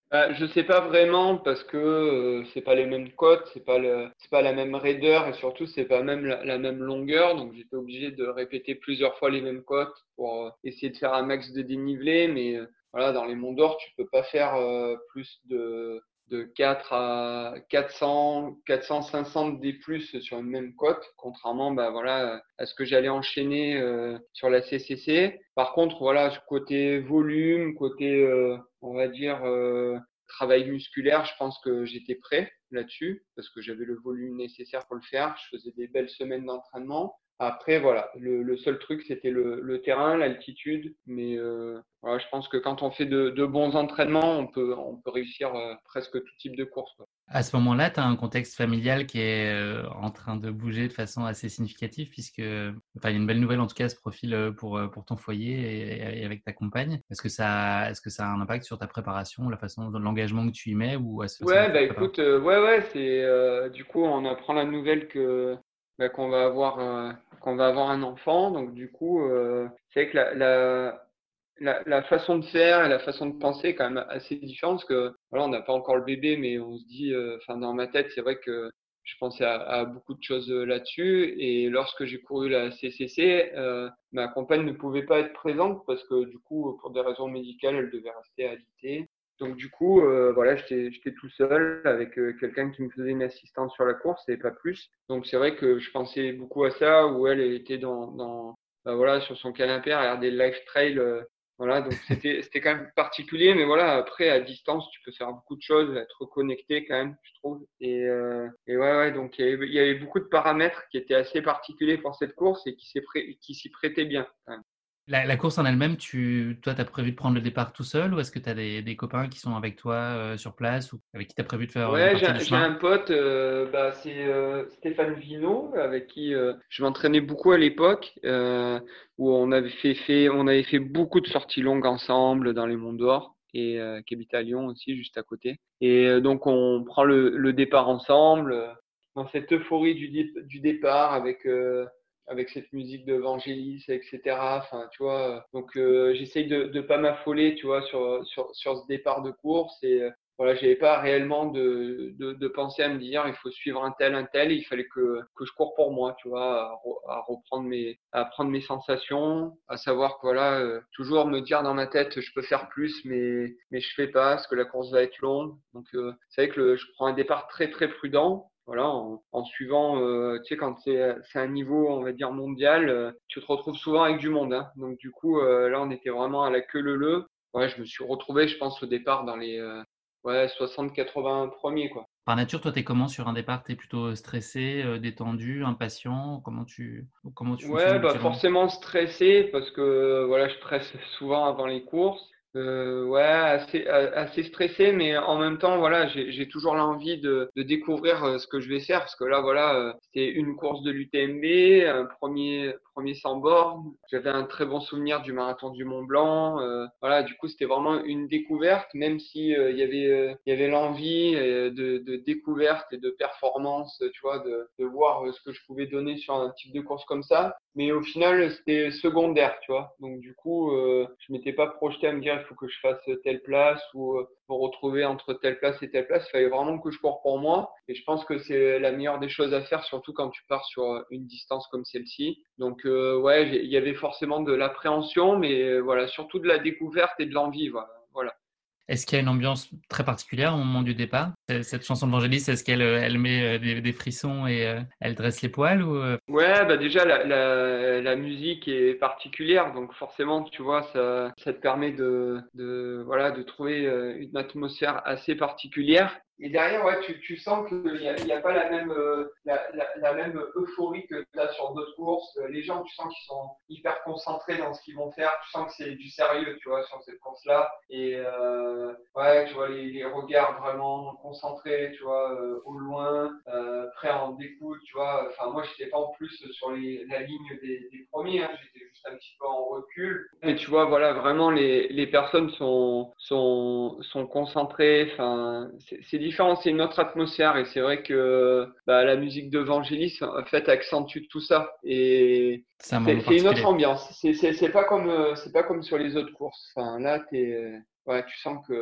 Bah, je sais pas vraiment parce que euh, c'est pas les mêmes côtes, c'est pas le, c'est pas la même raideur et surtout c'est pas même la, la même longueur. Donc j'étais obligé de répéter plusieurs fois les mêmes côtes pour euh, essayer de faire un max de dénivelé. Mais euh, voilà, dans les monts d'or, tu peux pas faire euh, plus de de quatre à quatre cents, quatre cents, cinq cents D plus sur une même côte, contrairement bah voilà à ce que j'allais enchaîner euh, sur la C C C. Par contre, voilà, côté volume, côté euh, on va dire euh, travail musculaire, je pense que j'étais prêt là-dessus parce que j'avais le volume nécessaire pour le faire. Je faisais des belles semaines d'entraînement. Après, voilà, le, le seul truc, c'était le, le terrain, l'altitude. Mais euh, voilà, je pense que quand on fait de, de bons entraînements, on peut, on peut réussir euh, presque tout type de course, quoi. À ce moment-là, tu as un contexte familial qui est euh, en train de bouger de façon assez significative puisque, enfin, il y a une belle nouvelle en tout cas, ce profil euh, pour, euh, pour ton foyer et, et avec ta compagne. Est-ce que ça, est-ce que ça a un impact sur ta préparation, la façon, l'engagement que tu y mets ou à ce façon dont Ouais, tu bah te prépares? écoute, euh, ouais, ouais, c'est euh, du coup, on apprend la nouvelle que bah, qu'on va avoir euh, qu'on va avoir un enfant. Donc du coup, euh, c'est vrai que la, la la, la façon de faire et la façon de penser est quand même assez différente parce que voilà, on n'a pas encore le bébé, mais on se dit, euh, enfin dans ma tête, c'est vrai que je pensais à, à beaucoup de choses euh, là-dessus. Et lorsque j'ai couru la C C C, euh, ma compagne ne pouvait pas être présente parce que du coup, pour des raisons médicales, elle devait rester alitée. Donc du coup, euh, voilà, j'étais j'étais tout seul avec euh, quelqu'un qui me faisait une assistance sur la course et pas plus. Donc c'est vrai que je pensais beaucoup à ça où elle, elle était dans dans bah, voilà sur son canapé à regarder le live trail. euh, voilà, donc c'était c'était quand même particulier, mais voilà, après à distance, tu peux faire beaucoup de choses, être connecté quand même, je trouve. Et, euh, et ouais, ouais, donc il y, avait, il y avait beaucoup de paramètres qui étaient assez particuliers pour cette course et qui s'y prê- qui s'y prêtaient bien quand même. La, la course en elle-même, tu, toi, tu as prévu de prendre le départ tout seul ou est-ce que tu as des, des copains qui sont avec toi euh, sur place ou avec qui tu as prévu de faire une Ouais, partie du j'ai j'ai chemin? un pote, euh, bah, c'est euh, Stéphane Vino, avec qui euh, je m'entraînais beaucoup à l'époque, euh, où on avait fait, fait, on avait fait beaucoup de sorties longues ensemble dans les Monts d'Or, et euh, qui habite à Lyon aussi, juste à côté. Et euh, donc on prend le, le départ ensemble, euh, dans cette euphorie du, dé- du départ, avec euh, avec cette musique de Vangelis, et cetera. Enfin, tu vois, euh, donc euh, j'essaye de de pas m'affoler, tu vois, sur sur sur ce départ de course et euh, voilà, j'avais pas réellement de, de, de pensée à me dire il faut suivre un tel, un tel. Il fallait que, que je cours pour moi, tu vois, à, re- à reprendre mes, à prendre mes sensations, à savoir que voilà, euh, toujours me dire dans ma tête je peux faire plus, mais mais je fais pas, parce que la course va être longue. Donc euh, c'est vrai que le, je prends un départ très très prudent. Voilà, en, en suivant, euh, tu sais, quand c'est c'est un niveau, on va dire mondial, euh, tu te retrouves souvent avec du monde, hein. Donc du coup, euh, là, on était vraiment à la queue leu leu. Ouais, je me suis retrouvé, je pense, au départ dans les euh, ouais, soixante quatre-vingts premiers, quoi. Par nature, toi, tu es comment sur un départ? Tu es plutôt stressé, euh, détendu, impatient? Comment tu, comment tu fonctionnes Ouais, bah habituellement? forcément stressé parce que voilà, je stresse souvent avant les courses. Euh, ouais, assez, a- assez stressé, mais en même temps, voilà, j'ai, j'ai toujours l'envie de, de découvrir euh, ce que je vais faire parce que là, voilà, euh, c'était une course de l'U T M B, un premier, premier sans borne. J'avais un très bon souvenir du marathon du Mont Blanc. Euh, voilà, du coup, c'était vraiment une découverte, même si euh, il y avait, euh, il y avait l'envie euh, de, de découverte et de performance, tu vois, de, de voir euh, ce que je pouvais donner sur un type de course comme ça. Mais au final, c'était secondaire, tu vois. Donc du coup, euh, je m'étais pas projeté à me dire il faut que je fasse telle place ou euh, me retrouver entre telle place et telle place. Il fallait vraiment que je cours pour moi. Et je pense que c'est la meilleure des choses à faire, surtout quand tu pars sur une distance comme celle-ci. Donc euh, ouais, j'ai- il y avait forcément de l'appréhension, mais euh, voilà, surtout de la découverte et de l'envie, voilà. Voilà. Est-ce qu'il y a une ambiance très particulière au moment du départ? Euh, Cette chanson de Vangelis, est-ce qu'elle euh, elle met euh, des, des frissons et euh, elle dresse les poils ou euh, Ouais, bah déjà la, la, la musique est particulière, donc forcément, tu vois, ça, ça te permet de, de, voilà, de trouver euh, une atmosphère assez particulière. Et derrière, ouais, tu, tu sens qu'il n'y a, il y a pas la même, euh, la, la, la même euphorie que tu as sur d'autres courses. Les gens, tu sens qu'ils sont hyper concentrés dans ce qu'ils vont faire. Tu sens que c'est du sérieux, tu vois, sur cette course-là. Et euh, ouais, tu vois, les, les regards vraiment concentrés, tu vois, euh, au loin, euh, prêts à en découdre, tu vois. Enfin, moi, j'étais pas en plus sur les, la ligne des, des premiers, hein. J'étais juste un petit peu en recul. Mais tu vois, voilà, vraiment, les, les personnes sont, sont, sont concentrées. Enfin, c'est c'est différent, c'est une autre atmosphère. Et c'est vrai que bah, la musique de Vangelis, en fait, accentue tout ça. Et c'est un c'est moment c'est une autre particulier? ambiance. C'est c'est c'est pas comme, euh, c'est pas comme sur les autres courses. Enfin, là, t'es, ouais, tu sens que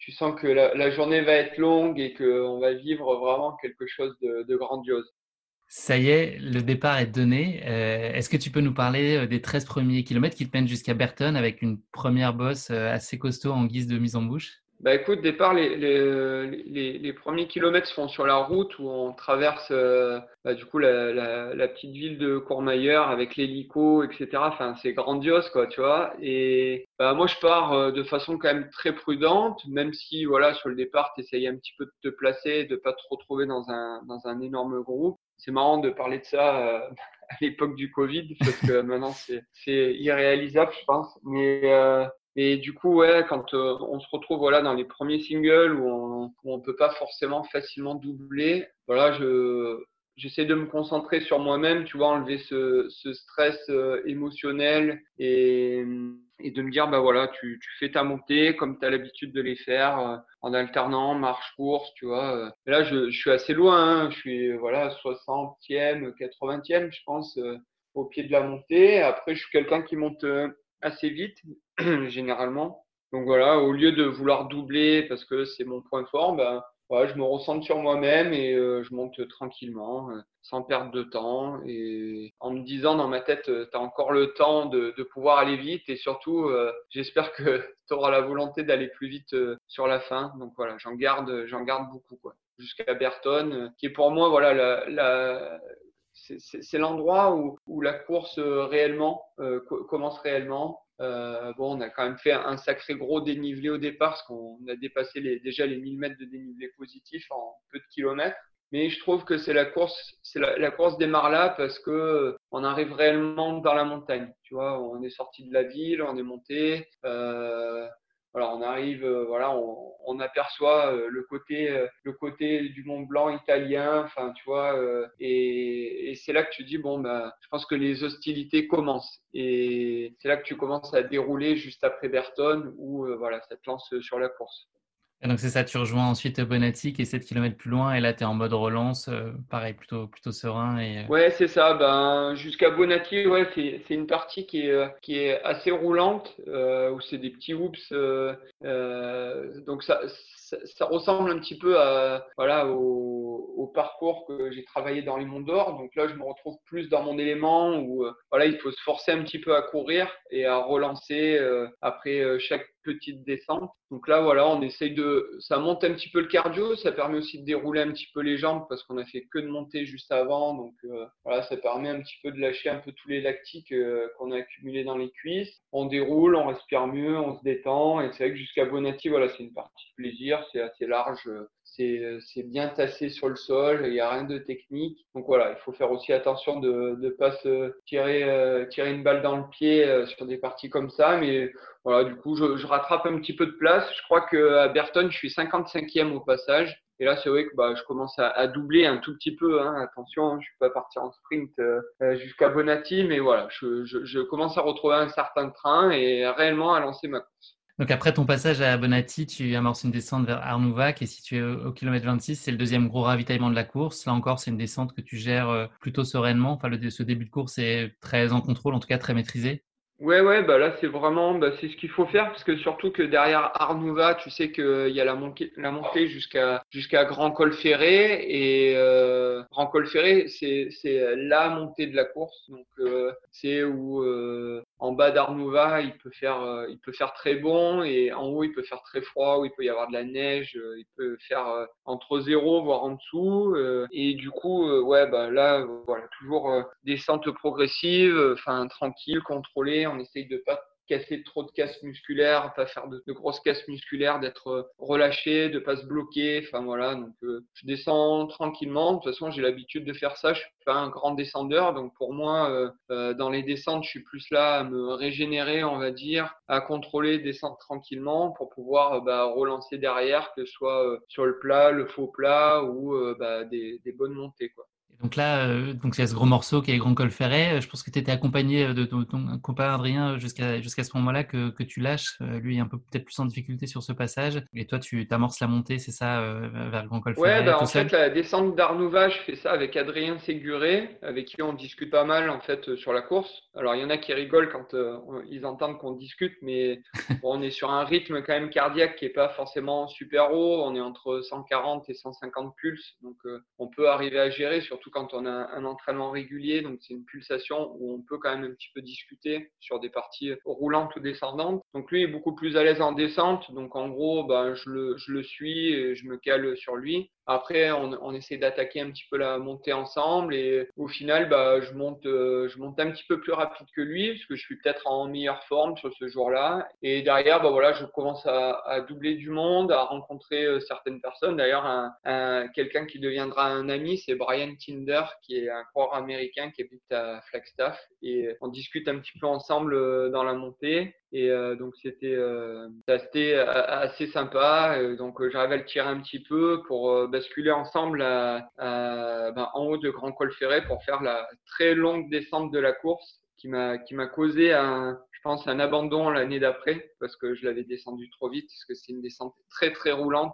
tu sens que la, la journée va être longue et qu'on va vivre vraiment quelque chose de, de grandiose. Ça y est, le départ est donné. Euh, est-ce que tu peux nous parler des treize premiers kilomètres qui te mènent jusqu'à Berton avec une première bosse assez costaud en guise de mise en bouche? Bah écoute, départ, les, les, les, les premiers kilomètres se font sur la route où on traverse euh, bah, du coup la, la, la petite ville de Courmayeur avec l'hélico, et cetera. Enfin, c'est grandiose, quoi, tu vois. Et bah, moi, je pars euh, de façon quand même très prudente, même si, voilà, sur le départ, tu essayes un petit peu de te placer, de pas te retrouver dans un, dans un énorme groupe. C'est marrant de parler de ça euh, à l'époque du Covid, parce que maintenant, c'est, c'est irréalisable, je pense. Mais euh, et du coup, ouais, quand euh, on se retrouve voilà dans les premiers singles où on où on peut pas forcément facilement doubler, voilà, je j'essaie de me concentrer sur moi-même, tu vois, enlever ce ce stress euh, émotionnel et et de me dire bah voilà, tu tu fais ta montée comme tu as l'habitude de les faire euh, en alternant marche course, tu vois. euh. Et là, je je suis assez loin, hein, je suis voilà soixantième, quatre-vingtième, je pense euh, au pied de la montée. Après, je suis quelqu'un qui monte euh, assez vite généralement. Donc voilà, au lieu de vouloir doubler parce que c'est mon point fort, ben, voilà, je me recentre sur moi-même et euh, je monte tranquillement, euh, sans perdre de temps et en me disant dans ma tête, tu as encore le temps de, de pouvoir aller vite et surtout, euh, j'espère que tu auras la volonté d'aller plus vite euh, sur la fin. Donc voilà, j'en garde, j'en garde beaucoup quoi. Jusqu'à Berton, euh, qui est pour moi voilà la, la c'est, c'est, c'est l'endroit où, où la course euh, réellement euh, co- commence réellement. Euh, bon, on a quand même fait un sacré gros dénivelé au départ parce qu'on a dépassé les, déjà les mille mètres de dénivelé positif en peu de kilomètres. Mais je trouve que c'est la course, c'est la, la course démarre là parce que on arrive réellement dans la montagne. Tu vois, on est sorti de la ville, on est monté. Euh, voilà, on arrive, euh, voilà, on, on aperçoit euh, le côté, euh, le côté du Mont Blanc italien. Enfin, tu vois, euh, et, et c'est là que tu dis bon, bah, je pense que les hostilités commencent. Et c'est là que tu commences à dérouler juste après Berton, où euh, voilà, ça te lance sur la course. Et donc c'est ça, tu rejoins ensuite Bonatti qui est sept kilomètres plus loin et là tu es en mode relance, euh, pareil, plutôt, plutôt serein. Et, euh, Ouais, c'est ça. Ben, jusqu'à Bonatti, ouais, c'est c'est une partie qui est euh, qui est assez roulante, euh, où c'est des petits whoops. Euh, euh, donc ça, ça ça ressemble un petit peu à voilà au, au parcours que j'ai travaillé dans les Monts d'Or. Donc là, je me retrouve plus dans mon élément où euh, voilà, il faut se forcer un petit peu à courir et à relancer euh, après euh, chaque petite descente. Donc là, voilà, on essaye de, ça monte un petit peu le cardio, ça permet aussi de dérouler un petit peu les jambes parce qu'on a fait que de monter juste avant. Donc euh, voilà, ça permet un petit peu de lâcher un peu tous les lactiques euh, qu'on a accumulés dans les cuisses. On déroule, on respire mieux, on se détend. Et c'est vrai que jusqu'à Bonatti, voilà, c'est une partie de plaisir, c'est assez large. C'est, c'est bien tassé sur le sol, il n'y a rien de technique. Donc voilà, il faut faire aussi attention de ne pas se tirer, euh, tirer une balle dans le pied euh, sur des parties comme ça. Mais voilà, du coup, je, je rattrape un petit peu de place. Je crois qu'à Berton, je suis cinquante-cinquième au passage. Et là, c'est vrai que bah, je commence à, à doubler un tout petit peu. Hein. Attention, hein, je suis pas parti en sprint euh, jusqu'à Bonatti, mais voilà, je, je, je commence à retrouver un certain train et réellement à lancer ma course. Donc après ton passage à Bonatti, tu amorces une descente vers Arnouvac et si tu es au, au kilomètre vingt-six, c'est le deuxième gros ravitaillement de la course. Là encore, c'est une descente que tu gères euh, plutôt sereinement. Enfin, le, ce début de course est très en contrôle, en tout cas très maîtrisé. Ouais, ouais, bah là, c'est vraiment, bah, c'est ce qu'il faut faire parce que surtout que derrière Arnouva, tu sais qu'il y a la montée, la montée jusqu'à jusqu'à Grand Col Ferré et euh, Grand Col Ferré, c'est c'est la montée de la course. Donc euh, c'est où euh, en bas d'Arnouva, il peut faire euh, il peut faire très bon et en haut, il peut faire très froid où il peut y avoir de la neige, euh, il peut faire euh, entre zéro voire en dessous euh, et du coup, euh, ouais, bah là, voilà, toujours euh, descente progressive, enfin tranquille, contrôlée. On essaye de pas casser trop de casse musculaire, pas faire de, de grosses casses musculaires, d'être euh, relâché, de pas se bloquer. Enfin voilà, donc euh, je descends tranquillement. De toute façon, j'ai l'habitude de faire ça. Je suis pas un grand descendeur, donc pour moi, euh, euh, dans les descentes, je suis plus là à me régénérer, on va dire, à contrôler, descendre tranquillement pour pouvoir euh, bah, relancer derrière, que ce soit euh, sur le plat, le faux plat ou euh, bah, des, des bonnes montées, quoi. Donc donc là, euh, donc il y a ce gros morceau qui est les Grands Cols Ferrés. Je pense que tu étais accompagné de ton, ton copain Adrien jusqu'à jusqu'à ce moment-là que, que tu lâches. Euh, lui est un peu peut-être plus en difficulté sur ce passage. Et toi, tu amorces la montée, c'est ça, euh, vers le Grand Col Ouais, Ferret bah tout en seul? fait, la descente d'Arnouva, je fais ça avec Adrien Séguré, avec qui on discute pas mal en fait euh, sur la course. Alors, il y en a qui rigolent quand euh, on- ils entendent qu'on discute, mais bon, on est sur un rythme quand même cardiaque qui est pas forcément super haut. On est entre cent quarante et cent cinquante pulses, donc euh, on peut arriver à gérer, surtout quand on a un entraînement régulier. Donc, c'est une pulsation où on peut quand même un petit peu discuter sur des parties roulantes ou descendantes. Donc, lui est beaucoup plus à l'aise en descente. Donc, en gros, bah, je le, je le suis et je me cale sur lui. Après, on, on essaie d'attaquer un petit peu la montée ensemble et au final, bah, je monte, euh, je monte un petit peu plus rapide que lui parce que je suis peut-être en meilleure forme sur ce jour-là. Et derrière, bah voilà, je commence à, à doubler du monde, à rencontrer euh, certaines personnes. D'ailleurs, un, un, quelqu'un qui deviendra un ami, c'est Brian Tinder, qui est un coureur américain qui habite à Flagstaff et on discute un petit peu ensemble euh, dans la montée. Et euh, donc c'était euh, c'était assez sympa. Euh, donc euh, j'arrive à le tirer un petit peu pour euh, basculer ensemble à, à, ben, en haut de Grand Col Ferret pour faire la très longue descente de la course qui m'a qui m'a causé un je pense un abandon l'année d'après parce que je l'avais descendu trop vite parce que c'est une descente très très roulante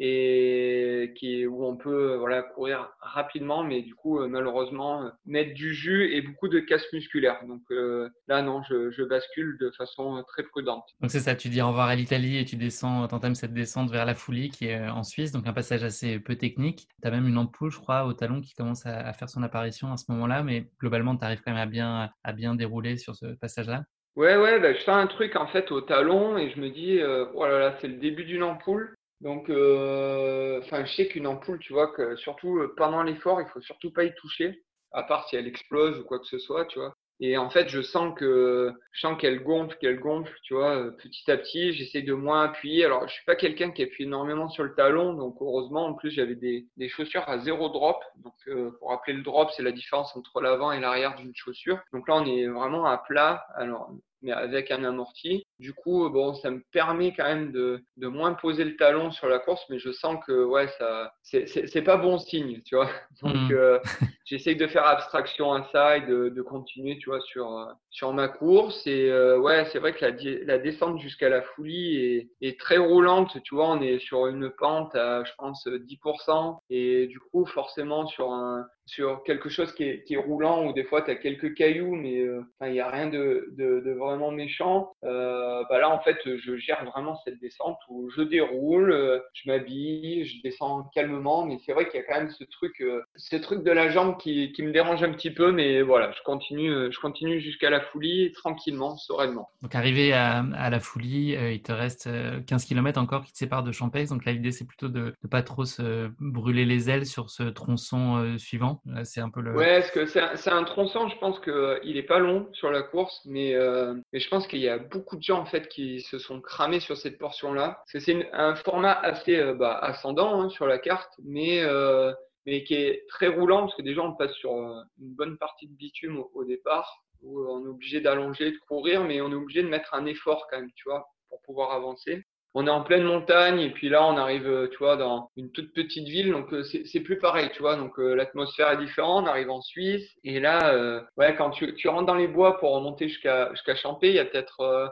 et qui où on peut voilà courir rapidement mais du coup euh, malheureusement euh, mettre du jus et beaucoup de casse musculaire donc euh, là non je, je bascule de façon euh, très prudente. Donc c'est ça, tu dis au revoir à l'Italie et tu descends, t'entames cette descente vers la Foulie qui est euh, en Suisse, donc un passage assez peu technique. Tu as même une ampoule, je crois, au talon qui commence à, à faire son apparition à ce moment-là, mais globalement, tu arrives quand même à bien, à bien dérouler sur ce passage-là. Ouais ouais bah, je fais un truc en fait au talon et je me dis euh, oh là là c'est le début d'une ampoule. Donc, euh, enfin, je sais qu'une ampoule, tu vois, que surtout euh, pendant l'effort, il faut surtout pas y toucher, à part si elle explose ou quoi que ce soit, tu vois. Et en fait, je sens que, je sens qu'elle gonfle, qu'elle gonfle, tu vois, euh, petit à petit. J'essaie de moins appuyer. Alors, je suis pas quelqu'un qui appuie énormément sur le talon, donc heureusement, en plus, j'avais des, des chaussures à zéro drop. Donc, euh, pour rappeler le drop, c'est la différence entre l'avant et l'arrière d'une chaussure. Donc là, on est vraiment à plat. Alors, mais avec un amorti. Du coup, bon, ça me permet quand même de, de moins poser le talon sur la course, mais je sens que ouais, ça, c'est, c'est, c'est pas bon signe, tu vois. Donc, Mmh. euh, j'essaye de faire abstraction à ça et de, de continuer, tu vois, sur euh, sur ma course. Et euh, ouais, c'est vrai que la, la descente jusqu'à la Foulie est, est très roulante, tu vois. On est sur une pente à, je pense, dix pour cent, et du coup, forcément, sur un sur quelque chose qui est, qui est roulant où des fois tu as quelques cailloux mais euh, il n'y a rien de, de, de vraiment méchant euh, bah là en fait je gère vraiment cette descente où je déroule euh, je m'habille je descends calmement mais c'est vrai qu'il y a quand même ce truc euh, ce truc de la jambe qui, qui me dérange un petit peu mais voilà je continue euh, je continue jusqu'à la Foulie tranquillement sereinement. Donc arrivé à, à la Foulie, euh, il te reste euh, quinze kilomètres encore qui te séparent de Champeix. Donc là, l'idée, c'est plutôt de ne pas trop se brûler les ailes sur ce tronçon euh, suivant. Là, c'est un peu le… Ouais, parce que c'est un, c'est un tronçon, je pense que euh, il est pas long sur la course, mais, euh, mais je pense qu'il y a beaucoup de gens en fait qui se sont cramés sur cette portion-là. Parce que c'est une- un format assez euh, bah, ascendant hein, sur la carte, mais, euh, mais qui est très roulant parce que déjà on passe sur euh, une bonne partie de bitume au, au départ, où on est obligé d'allonger, de courir, mais on est obligé de mettre un effort quand même, tu vois, pour pouvoir avancer. On est en pleine montagne et puis là on arrive euh, tu vois dans une toute petite ville donc euh, c'est c'est plus pareil tu vois donc euh, l'atmosphère est différente on arrive en Suisse et là euh, ouais quand tu, tu rentres dans les bois pour remonter jusqu'à jusqu'à Champé il y a peut-être euh,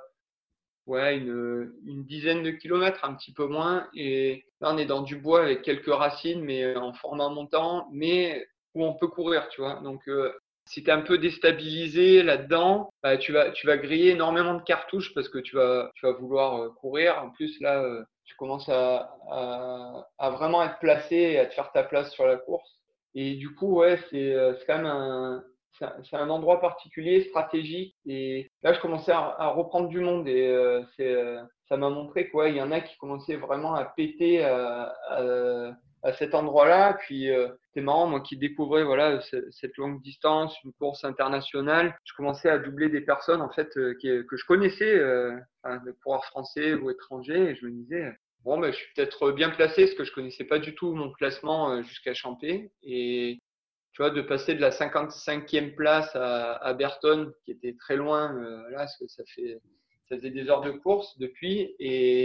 ouais une une dizaine de kilomètres un petit peu moins et là on est dans du bois avec quelques racines mais en format montant mais où on peut courir tu vois donc euh, si tu es un peu déstabilisé là-dedans, bah, tu vas, tu vas griller énormément de cartouches parce que tu vas, tu vas vouloir euh, courir. En plus, là, euh, tu commences à, à, à vraiment être placé et à te faire ta place sur la course. Et du coup, ouais, c'est, euh, c'est quand même un, c'est un, c'est un endroit particulier, stratégique. Et là, je commençais à, à reprendre du monde et euh, c'est, euh, ça m'a montré quoi. Il y en a qui commençaient vraiment à péter à, à, à cet endroit-là. Puis, euh, c'est marrant, moi qui découvrais voilà cette longue distance, une course internationale, je commençais à doubler des personnes en fait euh, qui, que je connaissais, euh, enfin, de coureurs français ou étrangers, et je me disais bon ben je suis peut-être bien placé parce que je connaissais pas du tout mon classement euh, jusqu'à Champé et tu vois de passer de la cinquante-cinquième place à, à Berton qui était très loin euh, là parce que ça fait ça faisait des heures de course depuis et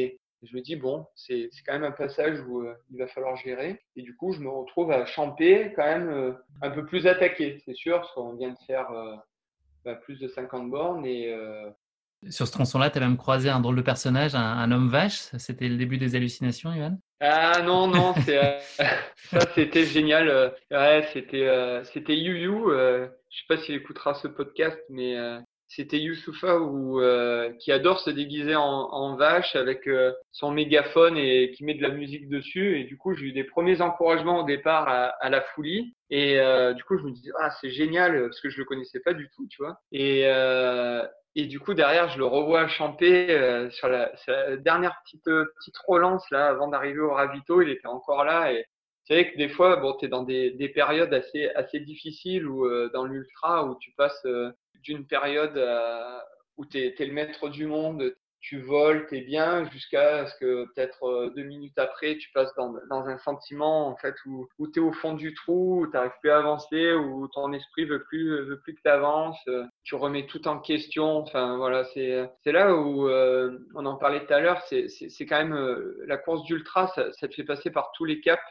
Et je me dis, bon, c'est, c'est quand même un passage où euh, il va falloir gérer. Et du coup, je me retrouve à champer quand même euh, un peu plus attaqué, c'est sûr, parce qu'on vient de faire euh, bah, plus de cinquante bornes. Et, euh... Sur ce tronçon-là, tu as même croisé un drôle de personnage, un, un homme vache. C'était le début des hallucinations, Yohan? Ah non, non, c'est, euh, ça c'était génial. euh, Ouais, c'était, euh, c'était You You. Euh, je sais pas s'il écoutera ce podcast, mais euh, c'était Youssoufa où, euh, qui adore se déguiser en, en vache avec euh, son mégaphone et qui met de la musique dessus. Et du coup, j'ai eu des premiers encouragements au départ à, à la Foulie. Et euh, du coup, je me disais, ah, c'est génial, parce que je le connaissais pas du tout, tu vois. Et, euh, et du coup, derrière, je le revois chanter euh, sur, la, sur la dernière petite, euh, petite relance là, avant d'arriver au ravito. Il était encore là. Et c'est vrai que des fois, bon, tu es dans des, des périodes assez, assez difficiles ou euh, dans l'ultra où tu passes euh, d'une période euh, où tu es le maître du monde, tu voles, tu es bien, jusqu'à ce que peut-être euh, deux minutes après, tu passes dans, dans un sentiment en fait où, où tu es au fond du trou, où tu n'arrives plus à avancer, où ton esprit veut plus, veut plus que tu avances, euh, tu remets tout en question. Enfin voilà, c'est, c'est là où euh, on en parlait tout à l'heure, c'est, c'est, c'est quand même euh, la course d'ultra, ça, ça te fait passer par tous les caps.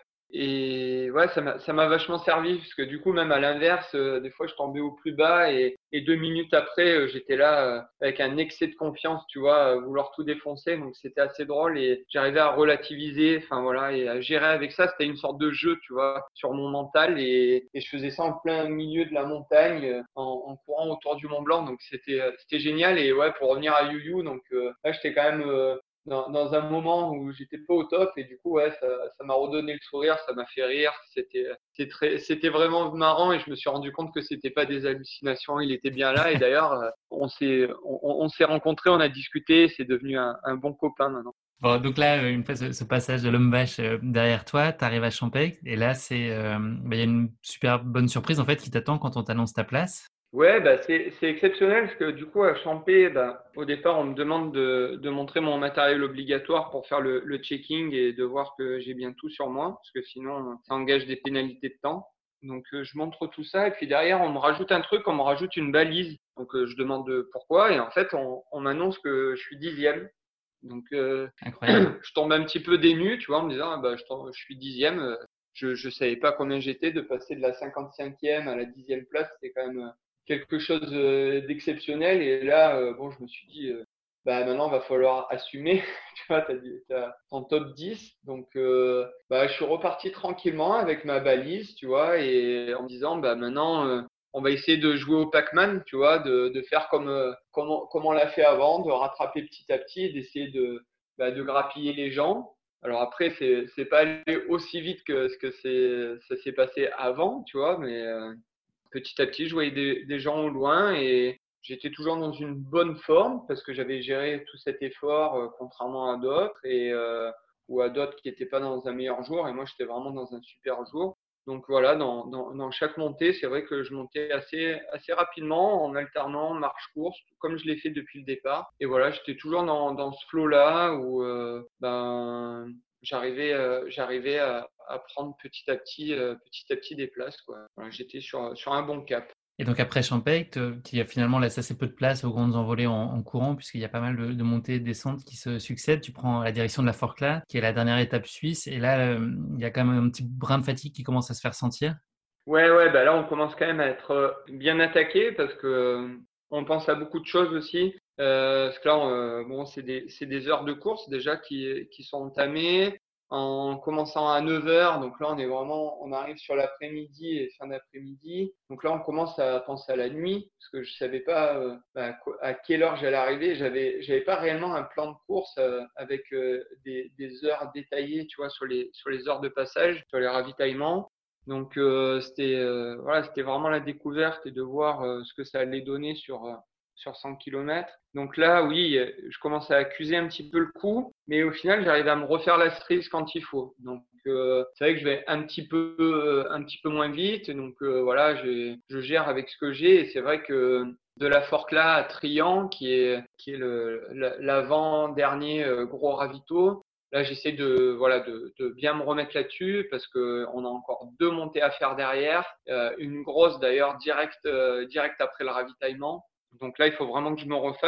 Et ouais, ça m'a, ça m'a vachement servi parce que du coup, même à l'inverse, euh, des fois, je tombais au plus bas et, et deux minutes après, euh, j'étais là euh, avec un excès de confiance, tu vois, euh, vouloir tout défoncer. Donc, c'était assez drôle et j'arrivais à relativiser, enfin voilà, et à gérer avec ça. C'était une sorte de jeu, tu vois, sur mon mental et, et je faisais ça en plein milieu de la montagne, euh, en, en courant autour du Mont Blanc. Donc, c'était, euh, c'était génial. Et ouais, pour revenir à You You, donc euh, là, j'étais quand même euh, dans, dans un moment où j'étais pas au top et du coup ouais ça, ça m'a redonné le sourire, ça m'a fait rire, c'était c'était très c'était vraiment marrant et je me suis rendu compte que c'était pas des hallucinations, il était bien là et d'ailleurs on s'est on, on s'est rencontrés, on a discuté, c'est devenu un, un bon copain maintenant. Bon, donc là, une fois ce, ce passage de l'homme vache euh, derrière toi, tu arrives à Champaigne et là, c'est euh, bah, y a une super bonne surprise en fait qui t'attend quand on t'annonce ta place. Ouais, bah c'est c'est exceptionnel parce que du coup à Champé, bah, au départ on me demande de, de montrer mon matériel obligatoire pour faire le, le checking et de voir que j'ai bien tout sur moi parce que sinon ça engage des pénalités de temps. Donc euh, je montre tout ça et puis derrière on me rajoute un truc, on me rajoute une balise. Donc euh, je demande pourquoi et en fait on, on m'annonce que je suis dixième. Donc euh, Incroyable. je tombe un petit peu dénu, tu vois, en me disant ah, bah je, tombe, je suis dixième. Je je savais pas combien j'étais, de passer de la cinquante-cinquième à la dixième place, c'est quand même quelque chose euh, d'exceptionnel. Et là, euh, bon, je me suis dit, euh, bah maintenant, va falloir assumer. Tu vois, t'as, t'as ton top dix. Donc, euh, bah, je suis reparti tranquillement avec ma balise, tu vois, et en me disant, bah maintenant, euh, on va essayer de jouer au Pac-Man, tu vois, de, de faire comme, euh, comme, on, comme on l'a fait avant, de rattraper petit à petit, d'essayer de, bah, de grappiller les gens. Alors après, c'est, c'est pas allé aussi vite que ce que c'est, ça s'est passé avant, tu vois, mais euh, petit à petit, je voyais des, des gens au loin et j'étais toujours dans une bonne forme parce que j'avais géré tout cet effort euh, contrairement à d'autres et euh, ou à d'autres qui n'étaient pas dans un meilleur jour et moi j'étais vraiment dans un super jour. Donc voilà, dans, dans, dans chaque montée, c'est vrai que je montais assez, assez rapidement en alternant marche-course, comme je l'ai fait depuis le départ. Et voilà, j'étais toujours dans, dans ce flow-là où euh, ben, j'arrivais, euh, j'arrivais à, à prendre petit à petit, euh, petit à petit des places, quoi. Voilà, j'étais sur, sur un bon cap. Et donc après Champaigne, te- qui a finalement laissé assez peu de place aux grandes envolées en, en courant, puisqu'il y a pas mal de, de montées et de descentes qui se succèdent. Tu prends la direction de la Forclaz, qui est la dernière étape suisse, et là, euh, il y a quand même un petit brin de fatigue qui commence à se faire sentir. Ouais, ouais, bah là, on commence quand même à être euh, bien attaqué parce que euh, on pense à beaucoup de choses aussi. Euh, parce que là, on, euh, bon, c'est des, c'est des heures de course déjà qui, qui sont entamées en commençant à neuf heures. Donc là, on est vraiment, on arrive sur l'après-midi et fin d'après-midi. Donc là, on commence à penser à la nuit parce que je savais pas euh, bah, à quelle heure j'allais arriver. J'avais, j'avais pas réellement un plan de course euh, avec euh, des, des heures détaillées, tu vois, sur les, sur les heures de passage, sur les ravitaillements. Donc euh, c'était euh, voilà, c'était vraiment la découverte et de voir euh, ce que ça allait donner sur euh, sur cent kilomètres. Donc là, oui, je commence à accuser un petit peu le coup, mais au final, j'arrive à me refaire la cerise quand il faut. Donc euh, c'est vrai que je vais un petit peu euh, un petit peu moins vite. Donc euh, voilà, je, je gère avec ce que j'ai et c'est vrai que de la Forclaz à Trian, qui est qui est le l'avant-dernier euh, gros ravito. Là, j'essaie de voilà de, de bien me remettre là-dessus parce que on a encore deux montées à faire derrière, euh, une grosse d'ailleurs direct euh, direct après le ravitaillement. Donc là, il faut vraiment que je me refasse.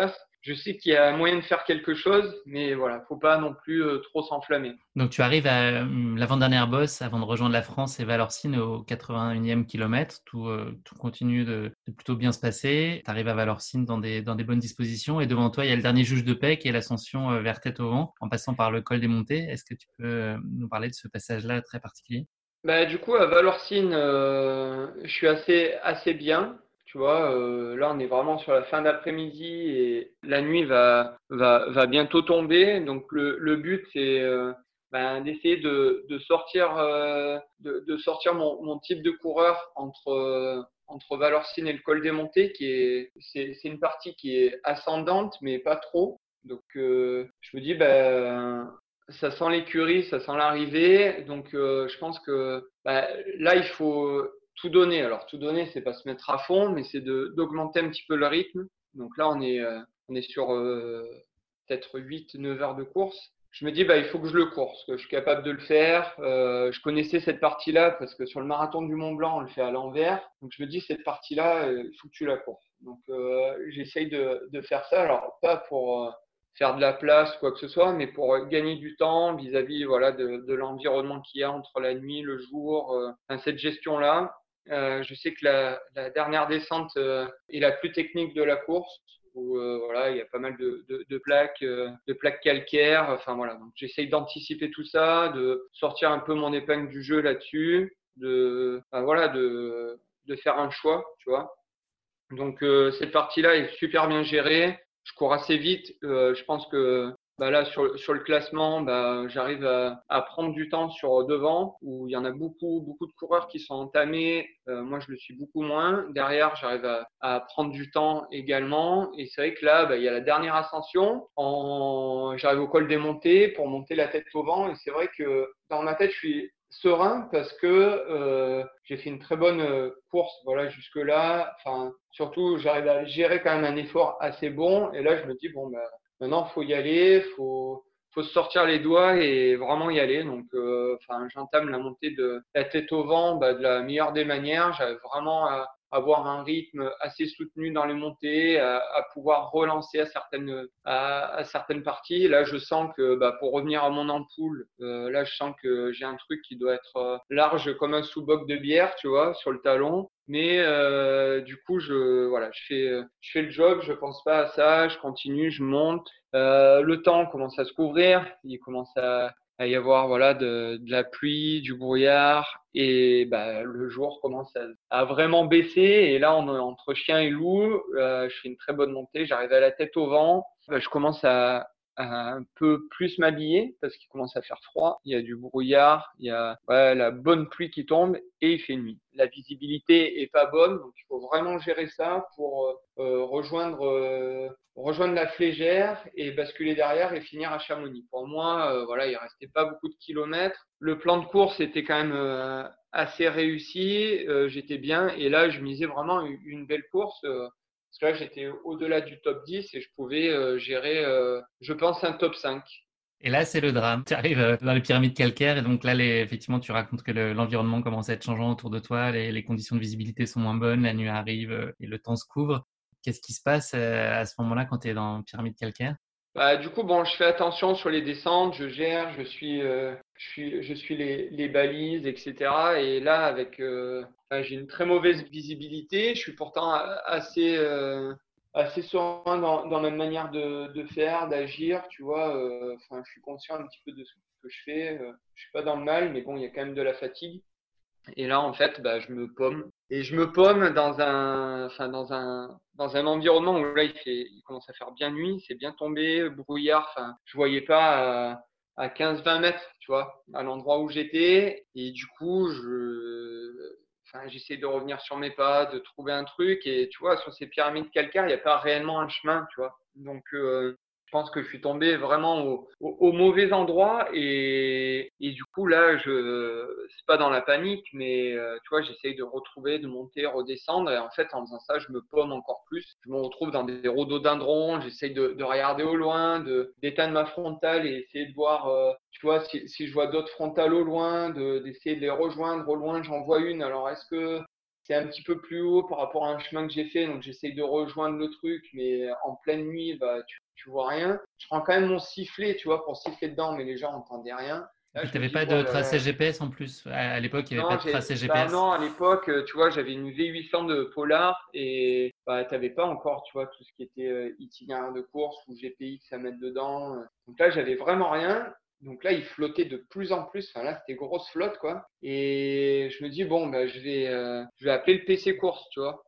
je sais qu'il y a moyen de faire quelque chose, mais voilà, faut pas non plus euh, trop s'enflammer. Donc, tu arrives à hum, l'avant-dernière bosse avant de rejoindre la France et Valorcine au quatre-vingt-unième kilomètre. Tout, euh, tout continue de, de plutôt bien se passer. Tu arrives à Valorcine dans des, dans des bonnes dispositions. Et devant toi, il y a le dernier juge de paix qui est l'ascension euh, vers Tête au Vent en passant par le col des Montées. Est-ce que tu peux euh, nous parler de ce passage-là très particulier? Bah, du coup, à Valorcine, euh, je suis assez, assez bien. Tu vois, euh, là, on est vraiment sur la fin d'après-midi et la nuit va, va, va bientôt tomber. Donc, le, le but, c'est euh, ben, d'essayer de, de sortir, euh, de, de sortir mon, mon type de coureur entre, euh, entre Valorcine et le col des Montées, qui est, c'est, c'est une partie qui est ascendante, mais pas trop. Donc, euh, je me dis, ben, ça sent l'écurie, ça sent l'arrivée. Donc, euh, je pense que bah, là, il faut tout donner. Alors, tout donner, c'est pas se mettre à fond, mais c'est de d'augmenter un petit peu le rythme. Donc là, on est, euh, on est sur euh, peut-être huit neuf heures de course. Je me dis, bah, il faut que je le cours, parce que je suis capable de le faire. Euh, je connaissais cette partie-là, parce que sur le marathon du Mont Blanc, on le fait à l'envers. Donc, je me dis, cette partie-là, euh, il faut que tu la cours. Donc, euh, j'essaye de, de faire ça. Alors, pas pour... Euh, faire de la place, quoi que ce soit, mais pour gagner du temps vis-à-vis voilà, de, de l'environnement qu'il y a entre la nuit, le jour, euh, enfin, cette gestion-là. Euh, je sais que la, la dernière descente euh, est la plus technique de la course, où euh, voilà, il y a pas mal de, de, de plaques, euh, de plaques calcaires. Enfin voilà, donc j'essaye d'anticiper tout ça, de sortir un peu mon épingle du jeu là-dessus, de, enfin, voilà, de, de faire un choix, tu vois. Donc euh, cette partie-là est super bien gérée. Je cours assez vite. Euh, je pense que bah là sur, sur le classement, bah, j'arrive à, à prendre du temps sur devant où il y en a beaucoup beaucoup de coureurs qui sont entamés. Euh, moi je le suis beaucoup moins. Derrière j'arrive à, à prendre du temps également. Et c'est vrai que là bah, il y a la dernière ascension. En... J'arrive au col des Montées pour monter la tête au vent. Et c'est vrai que dans ma tête je suis serein parce que euh, j'ai fait une très bonne euh, course voilà jusque là, enfin surtout j'arrive à gérer quand même un effort assez bon et là je me dis bon bah maintenant faut y aller, faut faut se sortir les doigts et vraiment y aller. Donc euh, enfin j'entame la montée de la tête au vent bah, de la meilleure des manières. J'avais vraiment à avoir un rythme assez soutenu dans les montées, à, à pouvoir relancer à certaines à, à certaines parties. Là, je sens que bah, pour revenir à mon ampoule, euh, là, je sens que j'ai un truc qui doit être euh, large comme un sous-boc de bière, tu vois, sur le talon. Mais euh, du coup, je voilà, je fais je fais le job, je pense pas à ça, je continue, je monte. Euh, le temps commence à se couvrir, il commence à à y avoir voilà de, de la pluie, du brouillard et bah, le jour commence à, à vraiment baisser et là on est entre chien et loup, euh, je fais une très bonne montée, j'arrive à la tête au vent, bah, je commence à, à un peu plus m'habiller parce qu'il commence à faire froid, il y a du brouillard, il y a ouais, la bonne pluie qui tombe et il fait nuit. La visibilité est pas bonne donc il faut vraiment gérer ça pour euh, rejoindre euh, rejoindre la Flégère et basculer derrière et finir à Chamonix. Pour moi, euh, voilà, il restait pas beaucoup de kilomètres. Le plan de course était quand même euh, assez réussi. Euh, j'étais bien et là, je misais vraiment une, une belle course. Euh, parce que là, j'étais au-delà du top dix et je pouvais euh, gérer, euh, je pense, un top cinq. Et là, c'est le drame. Tu arrives euh, dans les pyramides calcaires et donc là, les, effectivement, tu racontes que le- l'environnement commence à être changeant autour de toi, les, les conditions de visibilité sont moins bonnes, la nuit arrive euh, et le temps se couvre. Qu'est-ce qui se passe euh, à ce moment-là quand tu es dans pyramide calcaire? Bah, du coup, bon, je fais attention sur les descentes, je gère, je suis, euh, je suis, je suis les, les balises, et cetera. Et là, avec, euh, enfin, j'ai une très mauvaise visibilité. Je suis pourtant assez, euh, assez serein dans, dans ma manière de, de faire, d'agir, tu vois. Euh, enfin, je suis conscient un petit peu de ce que je fais. Euh, je suis pas dans le mal, mais bon, il y a quand même de la fatigue. Et là, en fait, bah, je me paume. Et je me paume dans un, enfin, dans un, dans un environnement où là, il fait, il commence à faire bien nuit, c'est bien tombé, brouillard. Enfin, je voyais pas à, à quinze vingt mètres, tu vois, à l'endroit où j'étais. Et du coup, je, enfin, j'essaie de revenir sur mes pas, de trouver un truc. Et tu vois, sur ces pyramides calcaires, il n'y a pas réellement un chemin, tu vois. Donc, euh, je pense que je suis tombé vraiment au, au, au mauvais endroit et, et du coup là je c'est pas dans la panique mais euh, tu vois j'essaye de retrouver de monter redescendre et en fait en faisant ça je me paume encore plus, je me retrouve dans des rhododendrons, j'essaye de, de regarder au loin, de d'éteindre ma frontale et essayer de voir euh, tu vois si, si je vois d'autres frontales au loin de d'essayer de les rejoindre au loin, j'en vois une, alors est-ce que c'est un petit peu plus haut par rapport à un chemin que j'ai fait, donc j'essaye de rejoindre le truc, mais en pleine nuit, bah, tu, tu vois rien. Je prends quand même mon sifflet, tu vois, pour siffler dedans, mais les gens n'entendaient rien. Et Là, puis, je tu me n'avais dis, pas oh de là tracé là. G P S en plus. À, à l'époque, il n'y avait pas Non, de j'ai, tracé bah G P S. non, à l'époque, euh, tu vois, j'avais une V huit cents de Polar et bah, t'avais pas encore, tu vois, tout ce qui était euh, itinéraire de course ou G P X à mettre dedans. Donc là, j'avais vraiment rien. Donc là, il flottait de plus en plus. Enfin là, c'était grosse flotte, quoi. Et je me dis, bon, bah, je vais, euh, je vais appeler le P C course, tu vois.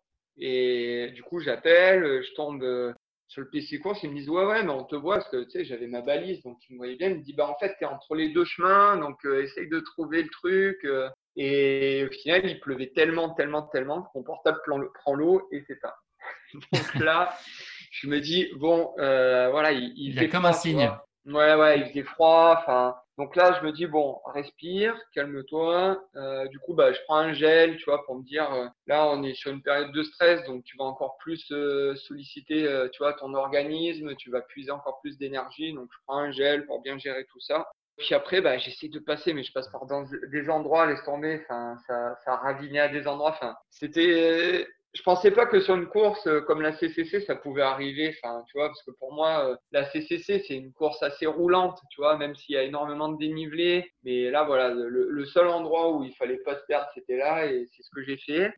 Et du coup, j'appelle, je tombe euh, sur le P C course, ils me disent, ouais, ouais, mais on te voit, parce que, tu sais, j'avais ma balise, donc ils me voyaient bien. Ils me disent, bah, en fait, t'es entre les deux chemins, donc euh, essaye de trouver le truc. euh. Et au final, il pleuvait tellement, tellement, tellement que mon portable prend le- prend l'eau et c'est ça. Donc là, je me dis, bon, euh, voilà, il, il Il y a fait comme un froid, tu signe. vois. Ouais, ouais, il faisait froid. Enfin, donc là, je me dis, bon, respire, calme-toi. Euh, du coup, bah, je prends un gel, tu vois, pour me dire, euh, là, on est sur une période de stress, donc tu vas encore plus euh, solliciter, euh, tu vois, ton organisme, tu vas puiser encore plus d'énergie. Donc, je prends un gel pour bien gérer tout ça. Puis après, bah, j'essaie de passer, mais je passe par dans des endroits, laisse tomber. Enfin, ça, ça ravinait à des endroits. Enfin, c'était, je pensais pas que sur une course euh, comme la C C C, ça pouvait arriver. Enfin, tu vois, parce que pour moi, euh, la C C C, c'est une course assez roulante, tu vois, même s'il y a énormément de dénivelé. Mais là, voilà, le, le seul endroit où il fallait pas se perdre, c'était là, et c'est ce que j'ai fait.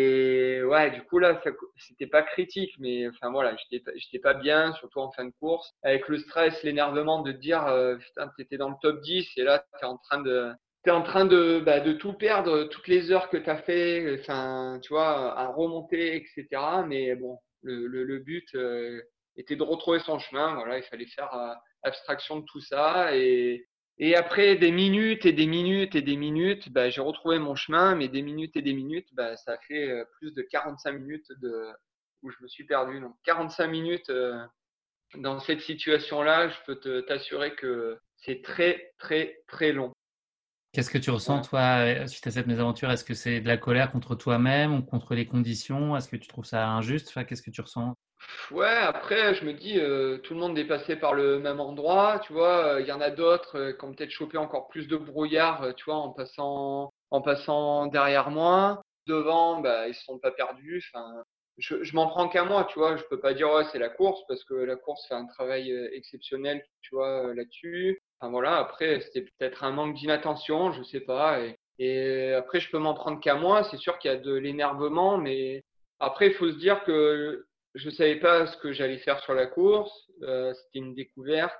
Et ouais, du coup là, ça, c'était pas critique, mais enfin voilà, j'étais, pas- j'étais pas bien, surtout en fin de course, avec le stress, l'énervement de te dire, euh, putain, t'étais dans le top dix, et là, t'es en train de tu es en train de, bah, de tout perdre, toutes les heures que tu as fait, enfin, tu vois, à remonter, et cetera. Mais bon, le, le, le but euh, était de retrouver son chemin. Voilà, il fallait faire euh, abstraction de tout ça. Et, et après des minutes et des minutes et des minutes, bah, j'ai retrouvé mon chemin. Mais des minutes et des minutes, bah, ça fait euh, plus de quarante-cinq minutes de, où je me suis perdu. Donc quarante-cinq minutes euh, dans cette situation-là, je peux te, t'assurer que c'est très, très, très long. Qu'est-ce que tu ressens, Ouais. toi, suite à cette mésaventure? Est-ce que c'est de la colère contre toi-même ou contre les conditions? Est-ce que tu trouves ça injuste? Enfin, qu'est-ce que tu ressens? Ouais, après, je me dis, euh, tout le monde est passé par le même endroit, tu vois. Il y en a d'autres euh, qui ont peut-être chopé encore plus de brouillard, euh, tu vois, en passant, en passant derrière moi. Devant, bah, ils se sont pas perdus. Enfin, je, je m'en prends qu'à moi, tu vois. Je peux pas dire, ouais, c'est la course, parce que la course fait un travail euh, exceptionnel, tu vois, euh, là-dessus. Enfin, voilà, après, c'était peut-être un manque d'inattention, je sais pas. Et, et après, je peux m'en prendre qu'à moi. C'est sûr qu'il y a de l'énervement, mais après, il faut se dire que je savais pas ce que j'allais faire sur la course. Euh, c'était une découverte.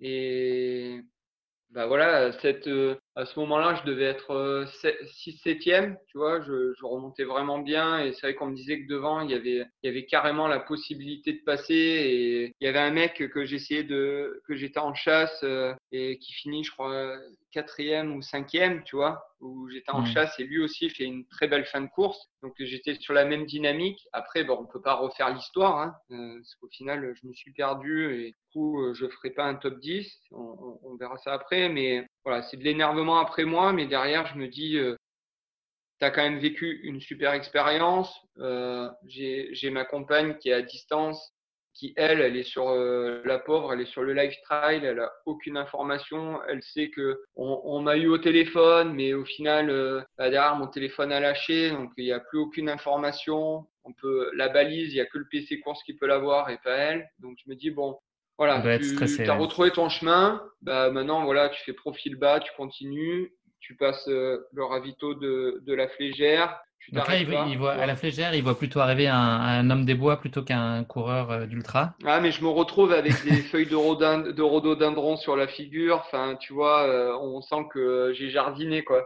Et bah voilà, cette, euh, à ce moment-là, je devais être euh, six septième, tu vois, je, je remontais vraiment bien et c'est vrai qu'on me disait que devant, il y avait, il y avait carrément la possibilité de passer et il y avait un mec que j'essayais de, que j'étais en chasse euh, et qui finit, je crois, quatrième ou cinquième, tu vois, où j'étais en Hmm. chasse et lui aussi fait une très belle fin de course. Donc j'étais sur la même dynamique. Après, bon, on peut pas refaire l'histoire, hein, euh, parce qu'au final, je me suis perdu et du coup, euh, je ferai pas un top dix. On, on, on verra ça après, mais voilà, c'est de l'énervement après moi, mais derrière, je me dis, euh, tu as quand même vécu une super expérience. Euh, j'ai, j'ai ma compagne qui est à distance, qui elle, elle est sur euh, la pauvre, elle est sur le live trial, elle a aucune information. Elle sait que on, on m'a eu au téléphone, mais au final, euh, bah, derrière mon téléphone a lâché, donc il n'y a plus aucune information. On peut la balise, il n'y a que le P C course qui peut l'avoir et pas elle. Donc je me dis bon, Ça voilà, doit être tu stressé, as ouais. retrouvé ton chemin. Bah maintenant voilà, tu fais profil bas, tu continues tu passes euh, le ravito de, de la Flégère, tu Donc là, t'arrêtes il, voit- il pas, voit, tu à la vois. Flégère, il voit plutôt arriver un, un homme des bois plutôt qu'un coureur euh, d'ultra. Ah, mais je me retrouve avec des feuilles de, rhodin, de rhododendron sur la figure. Enfin, tu vois, euh, on sent que j'ai jardiné, quoi.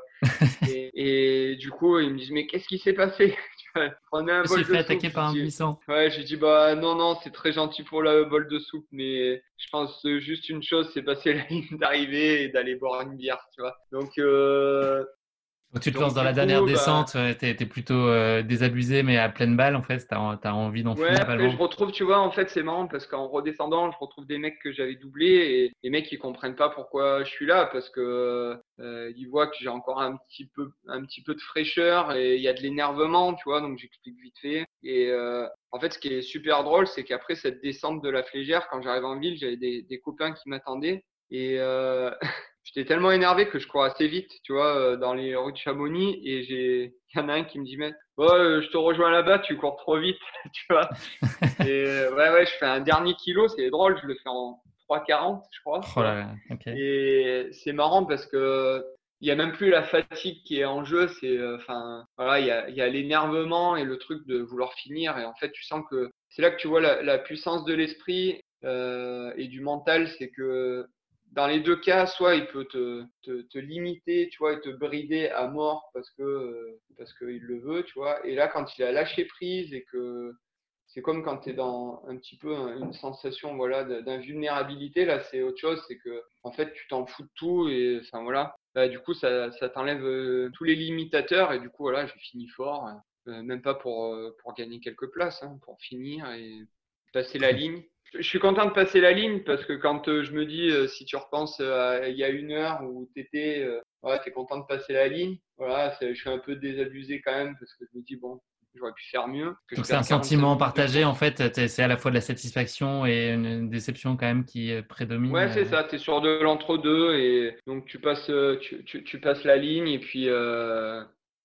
Et, et du coup, ils me disent, mais qu'est-ce qui s'est passé? Tu vois, prenez un Je me suis bol fait de soupe. attaquer Je par un dis, buisson. ouais, j'ai dit, bah non, non, c'est très gentil pour le bol de soupe, mais je pense euh, juste une chose, c'est passer la ligne d'arrivée et d'aller boire une bière, tu vois. Donc, euh, Donc tu te lances donc dans du la dernière coup, bah, descente, euh, t'es, t'es plutôt euh, désabusé, mais à pleine balle, en fait, t'as, t'as envie ouais, d'enfuir après je totalement. retrouve, tu vois, en fait c'est marrant parce qu'en redescendant, je retrouve des mecs que j'avais doublés et les mecs ils comprennent pas pourquoi je suis là parce que euh, ils voient que j'ai encore un petit peu, un petit peu de fraîcheur et il y a de l'énervement, tu vois, donc j'explique vite fait. Et euh, en fait, ce qui est super drôle, c'est qu'après cette descente de la Flégère, quand j'arrive en ville, j'avais des, des copains qui m'attendaient et euh, j'étais tellement énervé que je cours assez vite, tu vois, euh, dans les rues de Chamonix. Et j'ai, il y en a un qui me dit, mais ouais, euh, je te rejoins là-bas, tu cours trop vite, tu vois. Et euh, ouais, ouais, je fais un dernier kilo, c'est drôle, je le fais en trois quarante, je crois, tu Oh là vois. là, ok. Et c'est marrant parce que il y a même plus la fatigue qui est en jeu, c'est, euh, enfin, voilà, il y a, il y a l'énervement et le truc de vouloir finir. Et en fait, tu sens que c'est là que tu vois la, la puissance de l'esprit euh, et du mental, c'est que dans les deux cas, soit il peut te, te, te limiter, tu vois, et te brider à mort parce que euh, parce qu'il le veut, tu vois. Et là, quand il a lâché prise et que c'est comme quand tu es dans un petit peu une sensation voilà d'invulnérabilité, là c'est autre chose, c'est que en fait tu t'en fous de tout et enfin voilà. Bah, du coup ça, ça t'enlève euh, tous les limitateurs et du coup voilà, j'ai fini fort, euh, même pas pour euh, pour gagner quelques places, hein, pour finir et passer la ligne. Je suis content de passer la ligne parce que quand euh, je me dis euh, si tu repenses à il y a une heure où t'étais euh, ouais, t'es content de passer la ligne, voilà, je suis un peu désabusé quand même parce que je me dis bon, j'aurais pu faire mieux, que je Donc c'est un perds quarante-cinq sentiment minutes de partagé en course. fait, t'es- c'est à la fois de la satisfaction et une déception quand même qui euh, prédomine. Ouais, c'est euh. ça, tu es sur de l'entre-deux et donc tu passes, euh, tu, tu, tu passes la ligne et puis euh,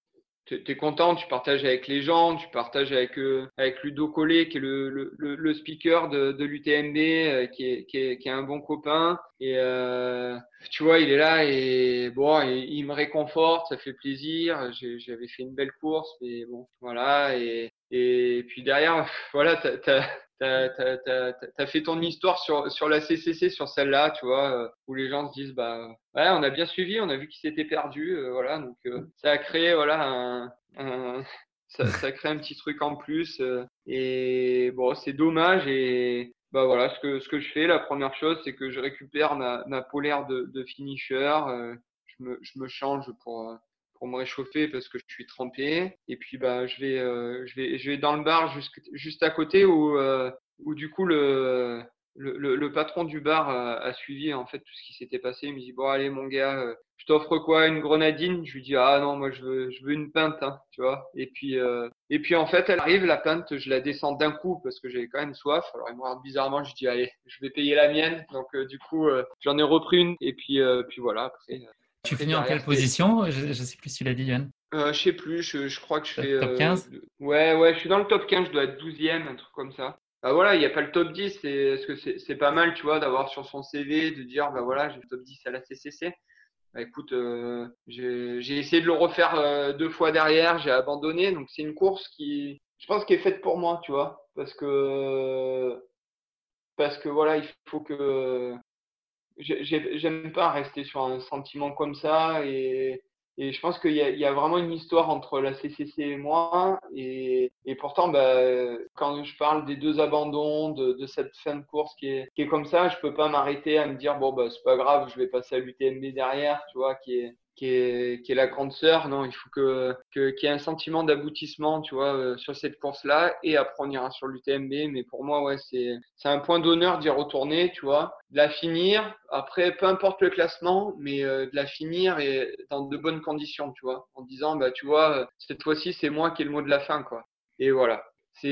tu es content, tu partages avec les gens, tu partages avec, euh, avec Ludo Collet qui est le, le, le, le speaker de, de l'U T M B, euh, qui, est, qui, est, qui est un bon copain. Et euh, tu vois, il est là et bon, il, il me réconforte, ça fait plaisir. J'ai- J'avais fait une belle course, mais bon, voilà. Et, et puis derrière, voilà, t'as, t'as, t'as, t'as, t'as, t'as fait ton histoire sur, sur la C C C, sur celle-là, tu vois, euh, où les gens se disent, bah, ouais, on a bien suivi, on a vu qu'il s'était perdu, euh, voilà. Donc, euh, ça a créé, voilà, un, un ça, ça crée un petit truc en plus. euh, et bon, c'est dommage. Et bah voilà, ce que, ce que je fais, la première chose, c'est que je récupère ma, ma polaire de, de finisher. euh, je me, je me change pour, euh, pour me réchauffer parce que je suis trempé. Et puis bah je vais, euh, je vais, je vais dans le bar juste, juste à côté où, euh, où du coup le, le, le, le patron du bar a, a suivi en fait tout ce qui s'était passé. Il me dit bon allez mon gars, euh, je t'offre quoi, une grenadine? Je lui dis ah non, moi je veux, je veux une pinte, hein, tu vois. Et puis, euh, et puis en fait, elle arrive la pinte, je la descends d'un coup parce que j'avais quand même soif. Alors il me regarde bizarrement, je dis allez, je vais payer la mienne. Donc euh, du coup, euh, j'en ai repris une et puis, euh, puis voilà. Après, euh, Tu après finis en derrière, quelle c'était, position? Je, je sais plus si tu l'as dit, Yann. euh, je sais plus, je, je crois que je fais, Top euh, quinze? ouais, ouais, je suis dans le top quinze, je dois être douzième, un truc comme ça. Bah voilà, il n'y a pas le top dix, c'est, parce que c'est, c'est pas mal, tu vois, d'avoir sur son C V, de dire, bah voilà, j'ai le top dix à la C C C. Bah, écoute, euh, j'ai j'ai essayé de le refaire euh, deux fois derrière, j'ai abandonné. Donc c'est une course qui, je pense, qui est faite pour moi, tu vois, parce que parce que voilà, il faut que j'ai- j'ai- j'aime pas rester sur un sentiment comme ça et et je pense qu'il y a, il y a vraiment une histoire entre la C C C et moi et, et pourtant bah, quand je parle des deux abandons de, de cette fin de course qui est qui est comme ça, je peux pas m'arrêter à me dire bon bah c'est pas grave, je vais passer à l'U T M B derrière, tu vois, qui est qui est, qui est la grande sœur. Non, il faut que, que, qu'il y ait un sentiment d'aboutissement, tu vois, euh, sur cette course-là. Et après, on ira sur l'U T M B. Mais pour moi, ouais, c'est, c'est un point d'honneur d'y retourner, tu vois, de la finir. Après, peu importe le classement, mais euh, de la finir et dans de bonnes conditions, tu vois, en disant, bah, tu vois, euh, cette fois-ci, c'est moi qui ai le mot de la fin, quoi. Et voilà.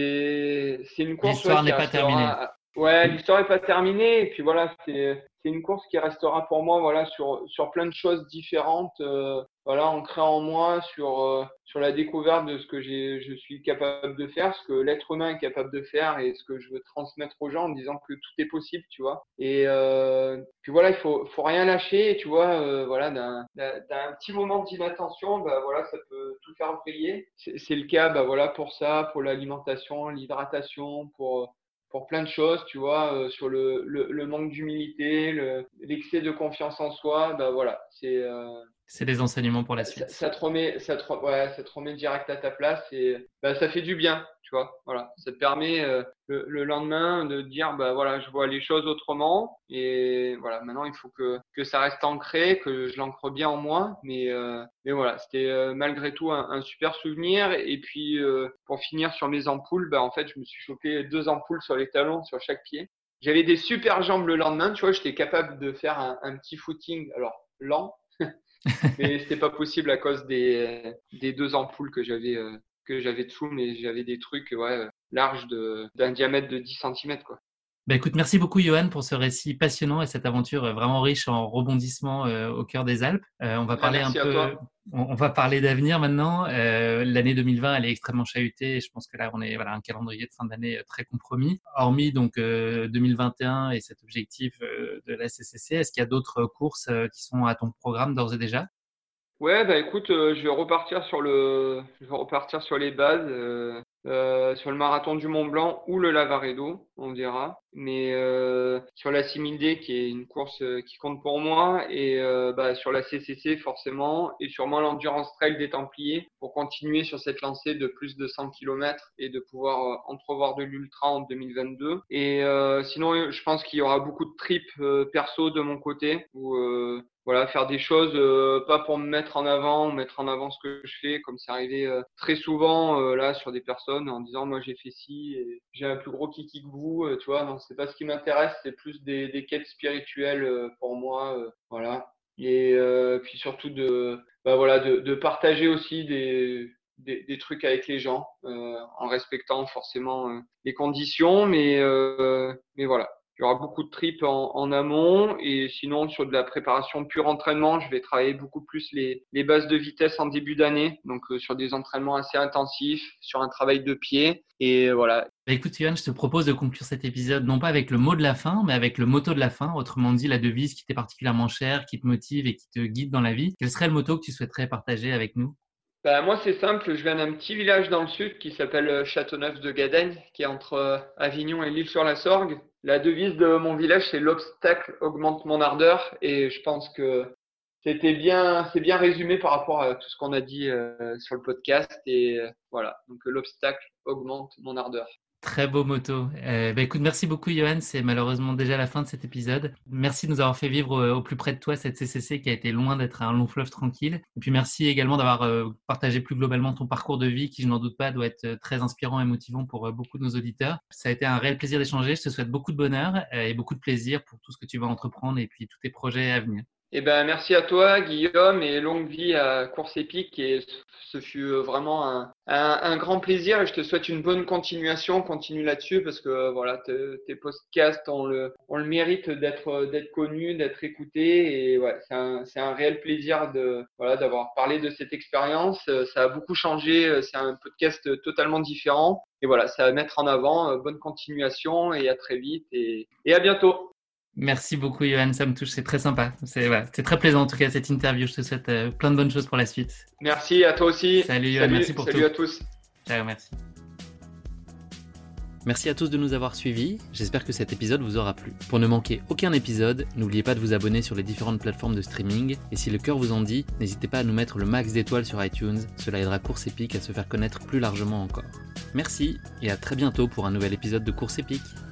C'est, c'est une course, ouais, L'histoire qui n'est pas terminée. restera. Ouais, l'histoire est pas terminée. Et puis voilà, c'est, c'est une course qui restera pour moi, voilà, sur, sur plein de choses différentes, euh, voilà, ancrée en moi, sur, euh, sur la découverte de ce que j'ai, je suis capable de faire, ce que l'être humain est capable de faire et ce que je veux transmettre aux gens en disant que tout est possible, tu vois. Et euh, puis voilà, il faut, faut rien lâcher, tu vois, euh, voilà, d'un, d'un, d'un petit moment d'inattention, bah voilà, ça peut tout faire briller. C'est, c'est le cas, bah voilà, pour ça, pour l'alimentation, l'hydratation, pour pour plein de choses, tu vois, euh, sur le, le, le manque d'humilité, le, l'excès de confiance en soi, bah voilà, c'est euh, C'est des enseignements pour la ça, suite. ça te remet, ça te, re- ouais, ça te remet direct à ta place et bah, ça fait du bien, tu vois, voilà, ça te permet euh, le, le lendemain de dire bah voilà, je vois les choses autrement et voilà, maintenant il faut que que ça reste ancré, que je l'ancre bien en moi, mais euh, mais voilà, c'était euh, malgré tout un, un super souvenir et puis euh, pour finir sur mes ampoules, bah en fait je me suis chopé deux ampoules sur les talons sur chaque pied. J'avais des super jambes le lendemain, tu vois, j'étais capable de faire un, un petit footing, alors lent, mais c'était pas possible à cause des, des deux ampoules que j'avais euh, que j'avais dessous, mais j'avais des trucs ouais, larges de, d'un diamètre de dix centimètres, quoi. Bah écoute, merci beaucoup Johan pour ce récit passionnant et cette aventure vraiment riche en rebondissements euh, au cœur des Alpes. Euh, on va Ah, parler un merci à peu, toi. on, on va parler d'avenir maintenant. Euh, l'année deux mille vingt, elle est extrêmement chahutée et je pense que là, on est voilà un calendrier de fin d'année très compromis. Hormis donc euh, deux mille vingt et un et cet objectif euh, de la C C C, est-ce qu'il y a d'autres courses euh, qui sont à ton programme d'ores et déjà? Ouais, bah écoute, euh, je vais repartir sur le, je vais repartir sur les bases, euh, euh, sur le marathon du Mont Blanc ou le Lavaredo, on dira. Mais euh, sur la six mille D, qui est une course euh, qui compte pour moi, et euh, bah, sur la C C C forcément, et sûrement l'Endurance Trail des Templiers pour continuer sur cette lancée de plus de cent kilomètres et de pouvoir euh, entrevoir de l'ultra en deux mille vingt-deux. Et euh, sinon, je pense qu'il y aura beaucoup de trips euh, perso de mon côté, où euh, voilà, faire des choses euh, pas pour me mettre en avant, mettre en avant ce que je fais, comme c'est arrivé euh, très souvent euh, là sur des personnes en disant moi j'ai fait ci et j'ai un plus gros kiki que vous, euh, tu vois, non, c'est pas ce qui m'intéresse, c'est plus des, des quêtes spirituelles euh, pour moi, euh, voilà. Et euh, puis surtout de, bah voilà, de, de partager aussi des, des, des trucs avec les gens euh, en respectant forcément euh, les conditions, mais euh, mais voilà. Il y aura beaucoup de trips en, en amont et sinon sur de la préparation pure entraînement, je vais travailler beaucoup plus les, les bases de vitesse en début d'année, donc euh, sur des entraînements assez intensifs, sur un travail de pied et voilà. Bah écoute Johan, je te propose de conclure cet épisode non pas avec le mot de la fin, mais avec le motto de la fin, autrement dit la devise qui t'est particulièrement chère, qui te motive et qui te guide dans la vie. Quel serait le motto que tu souhaiterais partager avec nous? Bah, moi, c'est simple, je viens d'un petit village dans le sud qui s'appelle Châteauneuf de Gadaigne, qui est entre euh, Avignon et l'Île-sur-la-Sorgue. La devise de mon village, c'est l'obstacle augmente mon ardeur, et je pense que c'était bien, c'est bien résumé par rapport à tout ce qu'on a dit euh, sur le podcast, et euh, voilà. Donc, l'obstacle augmente mon ardeur. Très beau motto. Euh, bah écoute, merci beaucoup Johan, c'est malheureusement déjà la fin de cet épisode. Merci de nous avoir fait vivre euh, au plus près de toi cette C C C qui a été loin d'être un long fleuve tranquille. Et puis merci également d'avoir euh, partagé plus globalement ton parcours de vie qui, je n'en doute pas, doit être euh, très inspirant et motivant pour euh, beaucoup de nos auditeurs. Ça a été un réel plaisir d'échanger. Je te souhaite beaucoup de bonheur euh, et beaucoup de plaisir pour tout ce que tu vas entreprendre et puis tous tes projets à venir. Eh ben, merci à toi, Guillaume, et longue vie à Course Épique. Et ce fut vraiment un, un, un grand plaisir. Et je te souhaite une bonne continuation. Continue là-dessus parce que voilà, te, tes podcasts ont le, ont le mérite d'être, d'être connus, d'être écoutés. Et ouais, c'est un, c'est un réel plaisir de, voilà, d'avoir parlé de cette expérience. Ça a beaucoup changé. C'est un podcast totalement différent. Et voilà, ça va mettre en avant. Bonne continuation et à très vite et, et à bientôt. Merci beaucoup Johan, ça me touche, c'est très sympa. C'est, voilà, c'est très plaisant en tout cas cette interview. Je te souhaite euh, plein de bonnes choses pour la suite. Merci à toi aussi. Salut Johan, salut, merci pour salut tout. à tous. Ciao, merci. Merci à tous de nous avoir suivis, j'espère que cet épisode vous aura plu. Pour ne manquer aucun épisode, n'oubliez pas de vous abonner sur les différentes plateformes de streaming, et si le cœur vous en dit, n'hésitez pas à nous mettre le max d'étoiles sur iTunes, cela aidera Course Épique à se faire connaître plus largement encore. Merci, et à très bientôt pour un nouvel épisode de Course Épique.